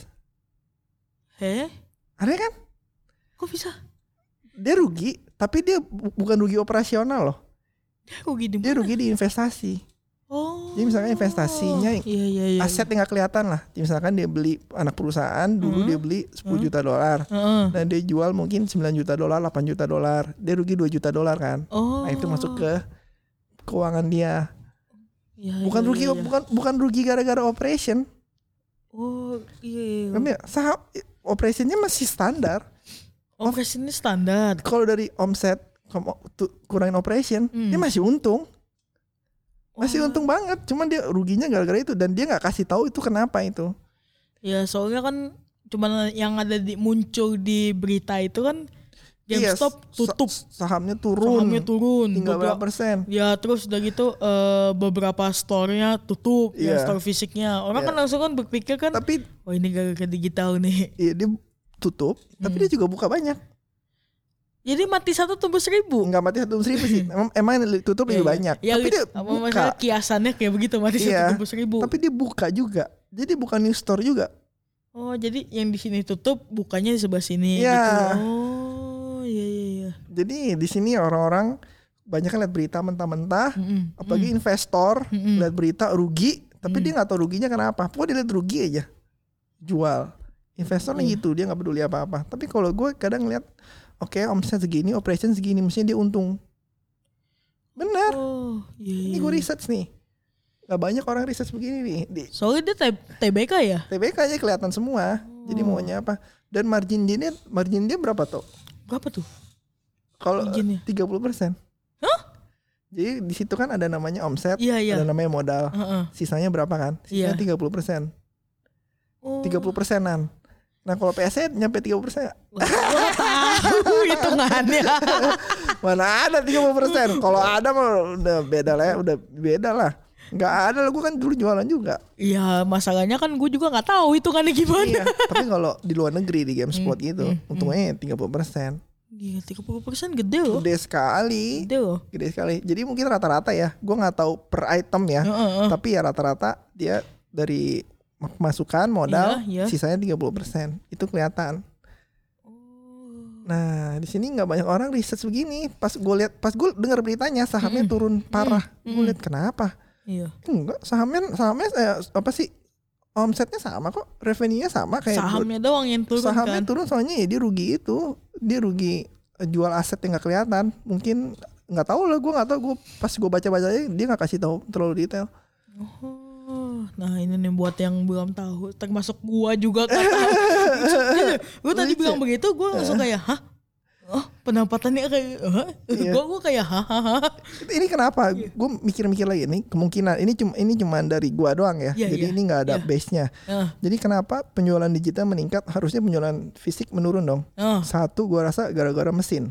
S3: Heh,
S2: Aneh kan?
S3: kok bisa?
S2: Dia rugi, tapi dia bu- bukan rugi operasional loh.
S3: Dia rugi di
S2: Dia
S3: mana?
S2: rugi di investasi.
S3: Oh.
S2: Jadi misalkan investasinya
S3: Iya iya iya.
S2: Aset yang nggak kelihatan lah. Jadi misalkan dia beli anak perusahaan, dulu
S3: Hmm.
S2: dia beli sepuluh juta dolar.
S3: Heeh.
S2: Dan dia jual mungkin sembilan juta dolar, delapan juta dolar. Dia rugi dua juta dolar kan.
S3: Oh.
S2: Nah, itu masuk ke keuangan dia.
S3: Iya,
S2: Bukan
S3: iya,
S2: rugi
S3: iya, iya.
S2: bukan bukan rugi gara-gara operation.
S3: Oh iya. iya.
S2: Kan ya, saham operationnya masih standar.
S3: Operasinya standar.
S2: Kalau dari omset kamu tu- kurangin operation,
S3: Hmm.
S2: dia masih untung. Masih
S3: Wah.
S2: untung banget. Cuman dia ruginya gara-gara itu dan dia nggak kasih tahu itu kenapa itu.
S3: Ya soalnya kan cuman yang ada di muncul di berita itu kan GameStop
S2: Iya,
S3: tutup,
S2: sa- sahamnya turun.
S3: sahamnya turun.
S2: Tinggal berapa
S3: Beberapa-
S2: persen?
S3: Ya terus udah gitu eh, beberapa store-nya tutup, yang
S2: Iya.
S3: store fisiknya. Orang
S2: Iya.
S3: kan langsung kan berpikir kan,
S2: Tapi
S3: oh ini gara-gara digital nih.
S2: iya, dia tutup, tapi
S3: Hmm.
S2: dia juga buka banyak.
S3: Jadi mati satu tumbuh seribu.
S2: Enggak mati satu seribu sih. Emang, emang yang tutup lebih
S3: Iya,
S2: banyak.
S3: iya. Ya,
S2: tapi dia
S3: apa
S2: buka.
S3: maksudnya kiasannya kayak begitu, mati
S2: Iya,
S3: satu tumbuh seribu.
S2: Tapi dia buka juga. Jadi bukan new store juga.
S3: Oh jadi yang di sini tutup, bukannya di sebelah sini
S2: Iya.
S3: gitu. Oh iya iya iya.
S2: Jadi di sini orang-orang banyak kan lihat berita mentah-mentah.
S3: Mm-mm.
S2: Apalagi investor
S3: Mm-mm.
S2: lihat berita rugi, tapi
S3: Mm.
S2: dia nggak tahu ruginya kenapa. Pokoknya dia lihat rugi aja, jual. Investornya
S3: Iya.
S2: gitu, dia nggak peduli apa-apa. Tapi kalau gue kadang lihat, oke omset segini, operation segini, mestinya dia untung. Benar.
S3: Oh iya.
S2: Ini
S3: iya,
S2: gue
S3: iya.
S2: research nih. Gak banyak orang research begini nih. Di
S3: Soalnya dia T- TBK ya.
S2: T B K aja kelihatan semua. Jadi
S3: Oh.
S2: maunya apa? Dan margin dia, margin dia berapa tuh?
S3: Berapa tuh?
S2: Kalau
S3: Marginnya?
S2: tiga puluh persen.
S3: Hah?
S2: Jadi di situ kan ada namanya omset,
S3: Iya iya.
S2: ada namanya modal.
S3: Heeh.
S2: Sisanya berapa kan? Sisanya
S3: Iya.
S2: tiga puluh persen.
S3: Oh.
S2: tiga puluh persenan. Nah kalau P S E nyampe tiga puluh persen.
S3: Wah, gua nggak tahu hitungannya.
S2: Mana ada tiga puluh persen. Kalau ada mah udah beda lah ya, udah beda lah. Nggak ada lah, gue kan dulu jualan juga.
S3: Iya, masalahnya kan gue juga nggak tahu itu kan gimana.
S2: Iya, tapi kalau di luar negeri di GameSpot gitu, mm, untungnya tiga puluh persen.
S3: Iya, tiga puluh persen gede loh.
S2: Gede sekali.
S3: Gede loh.
S2: Gede sekali. Jadi mungkin rata-rata ya, gue nggak tahu per item ya, uh, uh, uh. tapi ya rata-rata dia dari masukan modal, iya, iya. sisanya tiga puluh persen. Itu kelihatan. Nah, di sini nggak banyak orang research begini. Pas gue lihat, pas gue dengar beritanya sahamnya mm. turun parah. Mm. Gue lihat kenapa?
S3: Iya.
S2: Enggak, sahamnya sahamnya eh, apa sih? Omsetnya sama kok, revenue-nya sama kayak
S3: sahamnya doang yang turun.
S2: Sahamnya
S3: kan?
S2: turun soalnya ya dia rugi itu. Dia rugi jual aset yang nggak kelihatan. Mungkin nggak tahu lah, gue nggak tahu. Gue pas gue baca-bacanya dia nggak kasih tahu terlalu detail.
S3: Oh, nah ini nih buat yang belum tahu, termasuk gua juga kan tahu. Gua tadi bilang begitu, gua langsung kayak, hah? Oh, penampatannya kayak, hah? Iya. Gua gua kayak, hah?
S2: Ini kenapa? Iya. Gua mikir-mikir lagi nih, kemungkinan ini cuma ini cuma dari gua doang ya. Yeah, Jadi yeah. ini nggak ada yeah. base-nya. Uh. Jadi kenapa penjualan digital meningkat? Harusnya penjualan fisik menurun dong. Uh. Satu, gua rasa gara-gara mesin.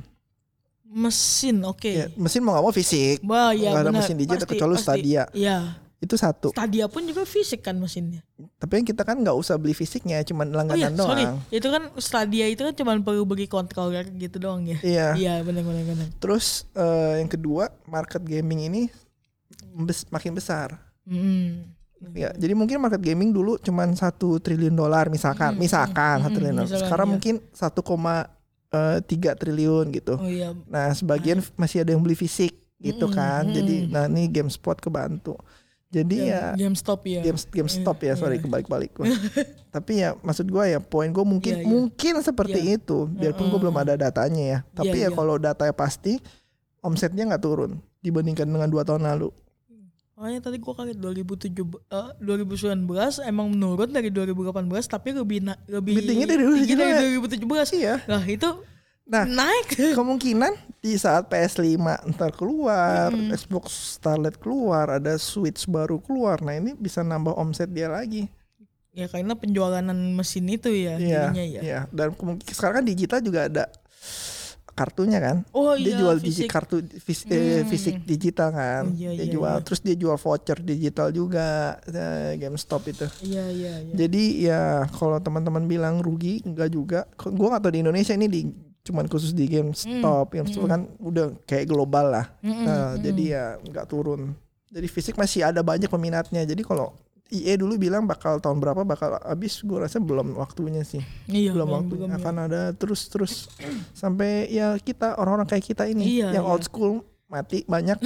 S3: Mesin, oke. Okay.
S2: Ya, mesin mau nggak mau fisik.
S3: Bah, ya,
S2: nggak ada mesin digital kecuali Stadia.
S3: Iya.
S2: Itu satu.
S3: Stadia pun juga fisik kan mesinnya.
S2: Tapi kita kan nggak usah beli fisiknya, cuma langganan oh, iya, doang. Sorry.
S3: Itu kan Stadia itu kan cuma perlu beli controller gitu doang ya.
S2: Iya.
S3: Iya benar-benar.
S2: Terus uh, yang kedua, market gaming ini bes- makin besar.
S3: Mm.
S2: Ya, jadi mungkin market gaming dulu cuma satu triliun dolar misalkan, mm. misalkan satu mm. triliun. Misalkan, Sekarang iya. mungkin satu koma tiga triliun gitu.
S3: Oh, iya.
S2: Nah sebagian ah. masih ada yang beli fisik gitu mm. kan. Mm. Jadi nah ini GameSpot kebantu. Jadi ya,
S3: ya GameStop ya.
S2: Game, GameStop ya, sorry yeah. kebalik-balik gue. Tapi ya maksud gue ya poin gue mungkin yeah, yeah. mungkin seperti yeah. itu. Biarpun uh, gue belum ada datanya ya. Tapi yeah, ya yeah. kalau datanya pasti omsetnya nggak turun dibandingkan dengan dua tahun lalu.
S3: Makanya tadi gue kaget dua ribu tujuh belas, uh, dua ribu sembilan belas emang menurun dari dua ribu delapan belas tapi lebih na- lebih
S2: tinggi dari,
S3: tinggi dari dua ribu tujuh belas.
S2: Iya.
S3: Nah itu
S2: Nah,
S3: naik.
S2: Kemungkinan di saat P S lima ntar keluar, mm. Xbox Starlet keluar, ada Switch baru keluar. Nah, ini bisa nambah omset dia lagi.
S3: Ya karena penjualan mesin itu ya jadinya ya.
S2: Iya, dan kemungkinan sekarang kan digital juga ada kartunya kan.
S3: Oh
S2: dia
S3: iya,
S2: jual
S3: fisik.
S2: Digi, kartu fis, hmm. eh, fisik digital kan.
S3: Iya,
S2: dia
S3: iya,
S2: jual
S3: iya.
S2: terus dia jual voucher digital juga, eh, GameStop itu.
S3: Iya, iya, iya.
S2: Jadi ya kalau teman-teman bilang rugi, enggak juga. Gua enggak tahu di Indonesia ini di cuman khusus di GameStop, mm. GameStop mm. kan udah kayak global lah. Mm, nah, mm. jadi ya nggak turun. Jadi fisik masih ada banyak peminatnya. Jadi kalau E A dulu bilang bakal tahun berapa bakal habis, gue rasa belum waktunya sih.
S3: Iya,
S2: belum waktunya. Akan ya. Ada terus-terus sampai ya kita orang-orang kayak kita ini
S3: iya,
S2: yang
S3: iya.
S2: old school mati banyak.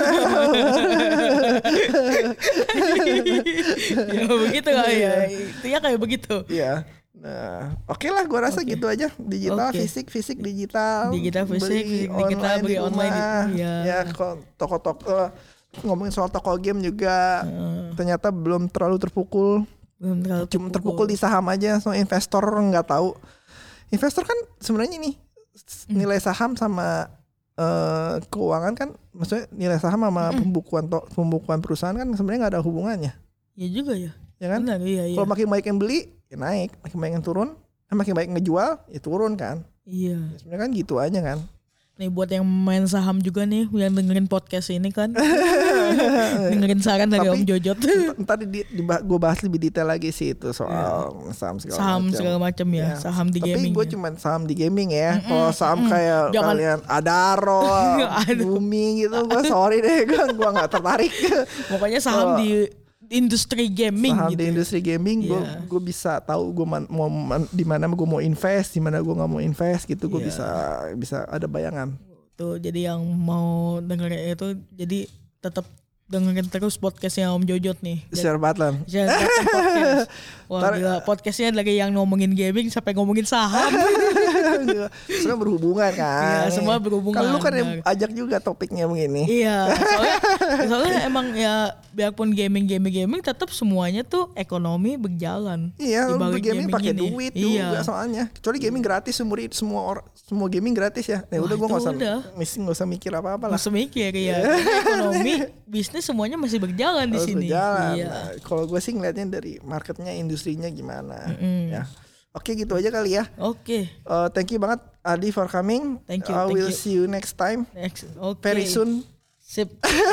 S3: Ya begitu lah ya. Itu ya kayak begitu.
S2: Iya. Nah, oke okay lah, gue rasa okay. gitu aja. Digital, okay. fisik, fisik, digital.
S3: Digital, fisik,
S2: beli
S3: digital, beli online.
S2: Ya, ya kok toko-toko ngomongin soal toko game juga hmm. ternyata belum terlalu terpukul.
S3: Belum terlalu
S2: Cuma terpukul. terpukul di saham aja. So investor nggak tahu. Investor kan sebenarnya nih nilai saham sama uh, keuangan kan, maksudnya nilai saham sama hmm. pembukuan to, pembukuan perusahaan kan sebenarnya nggak ada hubungannya.
S3: Iya juga ya.
S2: Ya kan?
S3: Benar, iya, iya.
S2: Kalau makin banyak yang beli, ya naik. Makin banyak yang turun, makin banyak yang ngejual, ya turun kan.
S3: Iya.
S2: Ya, sebenarnya kan gitu aja kan.
S3: Nih buat yang main saham juga nih, yang dengerin podcast ini kan, dengerin saran dari Om Jojot.
S2: Ntar di, di, gue bahas lebih detail lagi sih itu soal ya. saham segala
S3: saham
S2: macam.
S3: segala macam ya, ya, saham di
S2: tapi
S3: gaming.
S2: Tapi gue
S3: ya.
S2: cuma saham di gaming ya. Kalau saham mm-mm. kayak Jangan. kalian Adaro, Bumi gitu, gue sorry deh, gue gue nggak tertarik.
S3: Pokoknya saham oh. di industri gaming
S2: saham
S3: gitu.
S2: di industri gaming gue yeah. gue bisa tahu gue man, mau man, di mana gue mau invest, di mana gue nggak mau invest gitu, gue yeah. bisa bisa ada bayangan
S3: tuh. Jadi yang mau dengerin itu jadi tetap dengerin terus podcastnya Om Jojot nih.
S2: Share button.
S3: Share button podcast. Wah Tar- gila, podcastnya lagi yang ngomongin gaming sampai ngomongin saham.
S2: Semua berhubungan kan.
S3: Iya, semua berhubungan.
S2: Kalau lu kan yang ajak juga topiknya begini.
S3: Iya, soalnya, soalnya emang ya biarpun gaming-gaming-gaming tetap semuanya tuh ekonomi berjalan.
S2: Iya, lu gaming pakai
S3: ini.
S2: duit
S3: iya.
S2: juga soalnya. Kecuali gaming gratis semua semua orang semua gaming gratis ya. Ya udah gua enggak usah nggak usah mikir apa-apa lah.
S3: Enggak usah mikir ya. Ekonomi, bisnis semuanya masih berjalan di
S2: Harus
S3: sini.
S2: Berjalan.
S3: Iya.
S2: Nah, kalau gue sih ngeliatnya dari marketnya, industrinya gimana, mm-hmm. ya. Oke gitu aja kali ya.
S3: Oke.
S2: Uh, thank you banget Adi for coming.
S3: Thank you.
S2: I uh, will
S3: you.
S2: see you next time.
S3: Next. Okay.
S2: Very soon.
S3: Sip.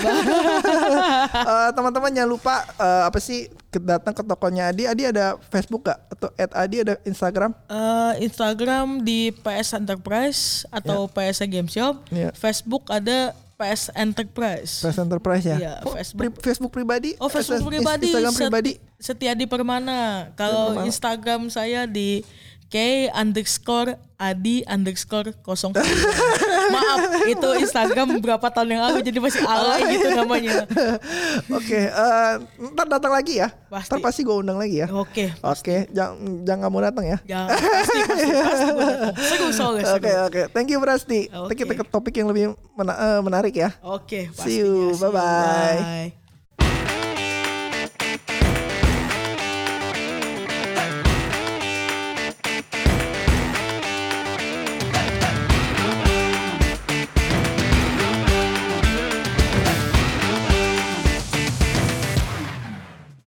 S2: uh, teman-teman jangan lupa uh, apa sih datang ke tokonya Adi. Adi ada Facebook gak? Atau at Adi ada Instagram?
S3: Uh, Instagram di P S Enterprise atau yeah. P S Game Shop. Yeah. Facebook ada P S Enterprise.
S2: P S Enterprise ya.
S3: Iya,
S2: oh,
S3: Facebook.
S2: Pri- Facebook pribadi.
S3: Oh, Facebook pribadi.
S2: Instagram pribadi.
S3: Setiadi Permana. Kalau Instagram saya di K underscore Adi underscore kosong. Maaf, itu Instagram berapa tahun yang lalu jadi masih alay gitu namanya.
S2: Oke, okay, uh, ntar datang lagi ya.
S3: Pasti.
S2: Ntar pasti gue undang lagi ya.
S3: Oke.
S2: Okay, Oke, okay, jangan jangan kamu datang ya.
S3: Jangan, pasti pasti pasti gue datang. Seru soalnya.
S2: Oke okay, oke, okay. Thank you Prasti. Okay. Kita ke topik yang lebih mena- uh, menarik ya.
S3: Oke. Okay,
S2: see you, bye bye.
S3: Bye.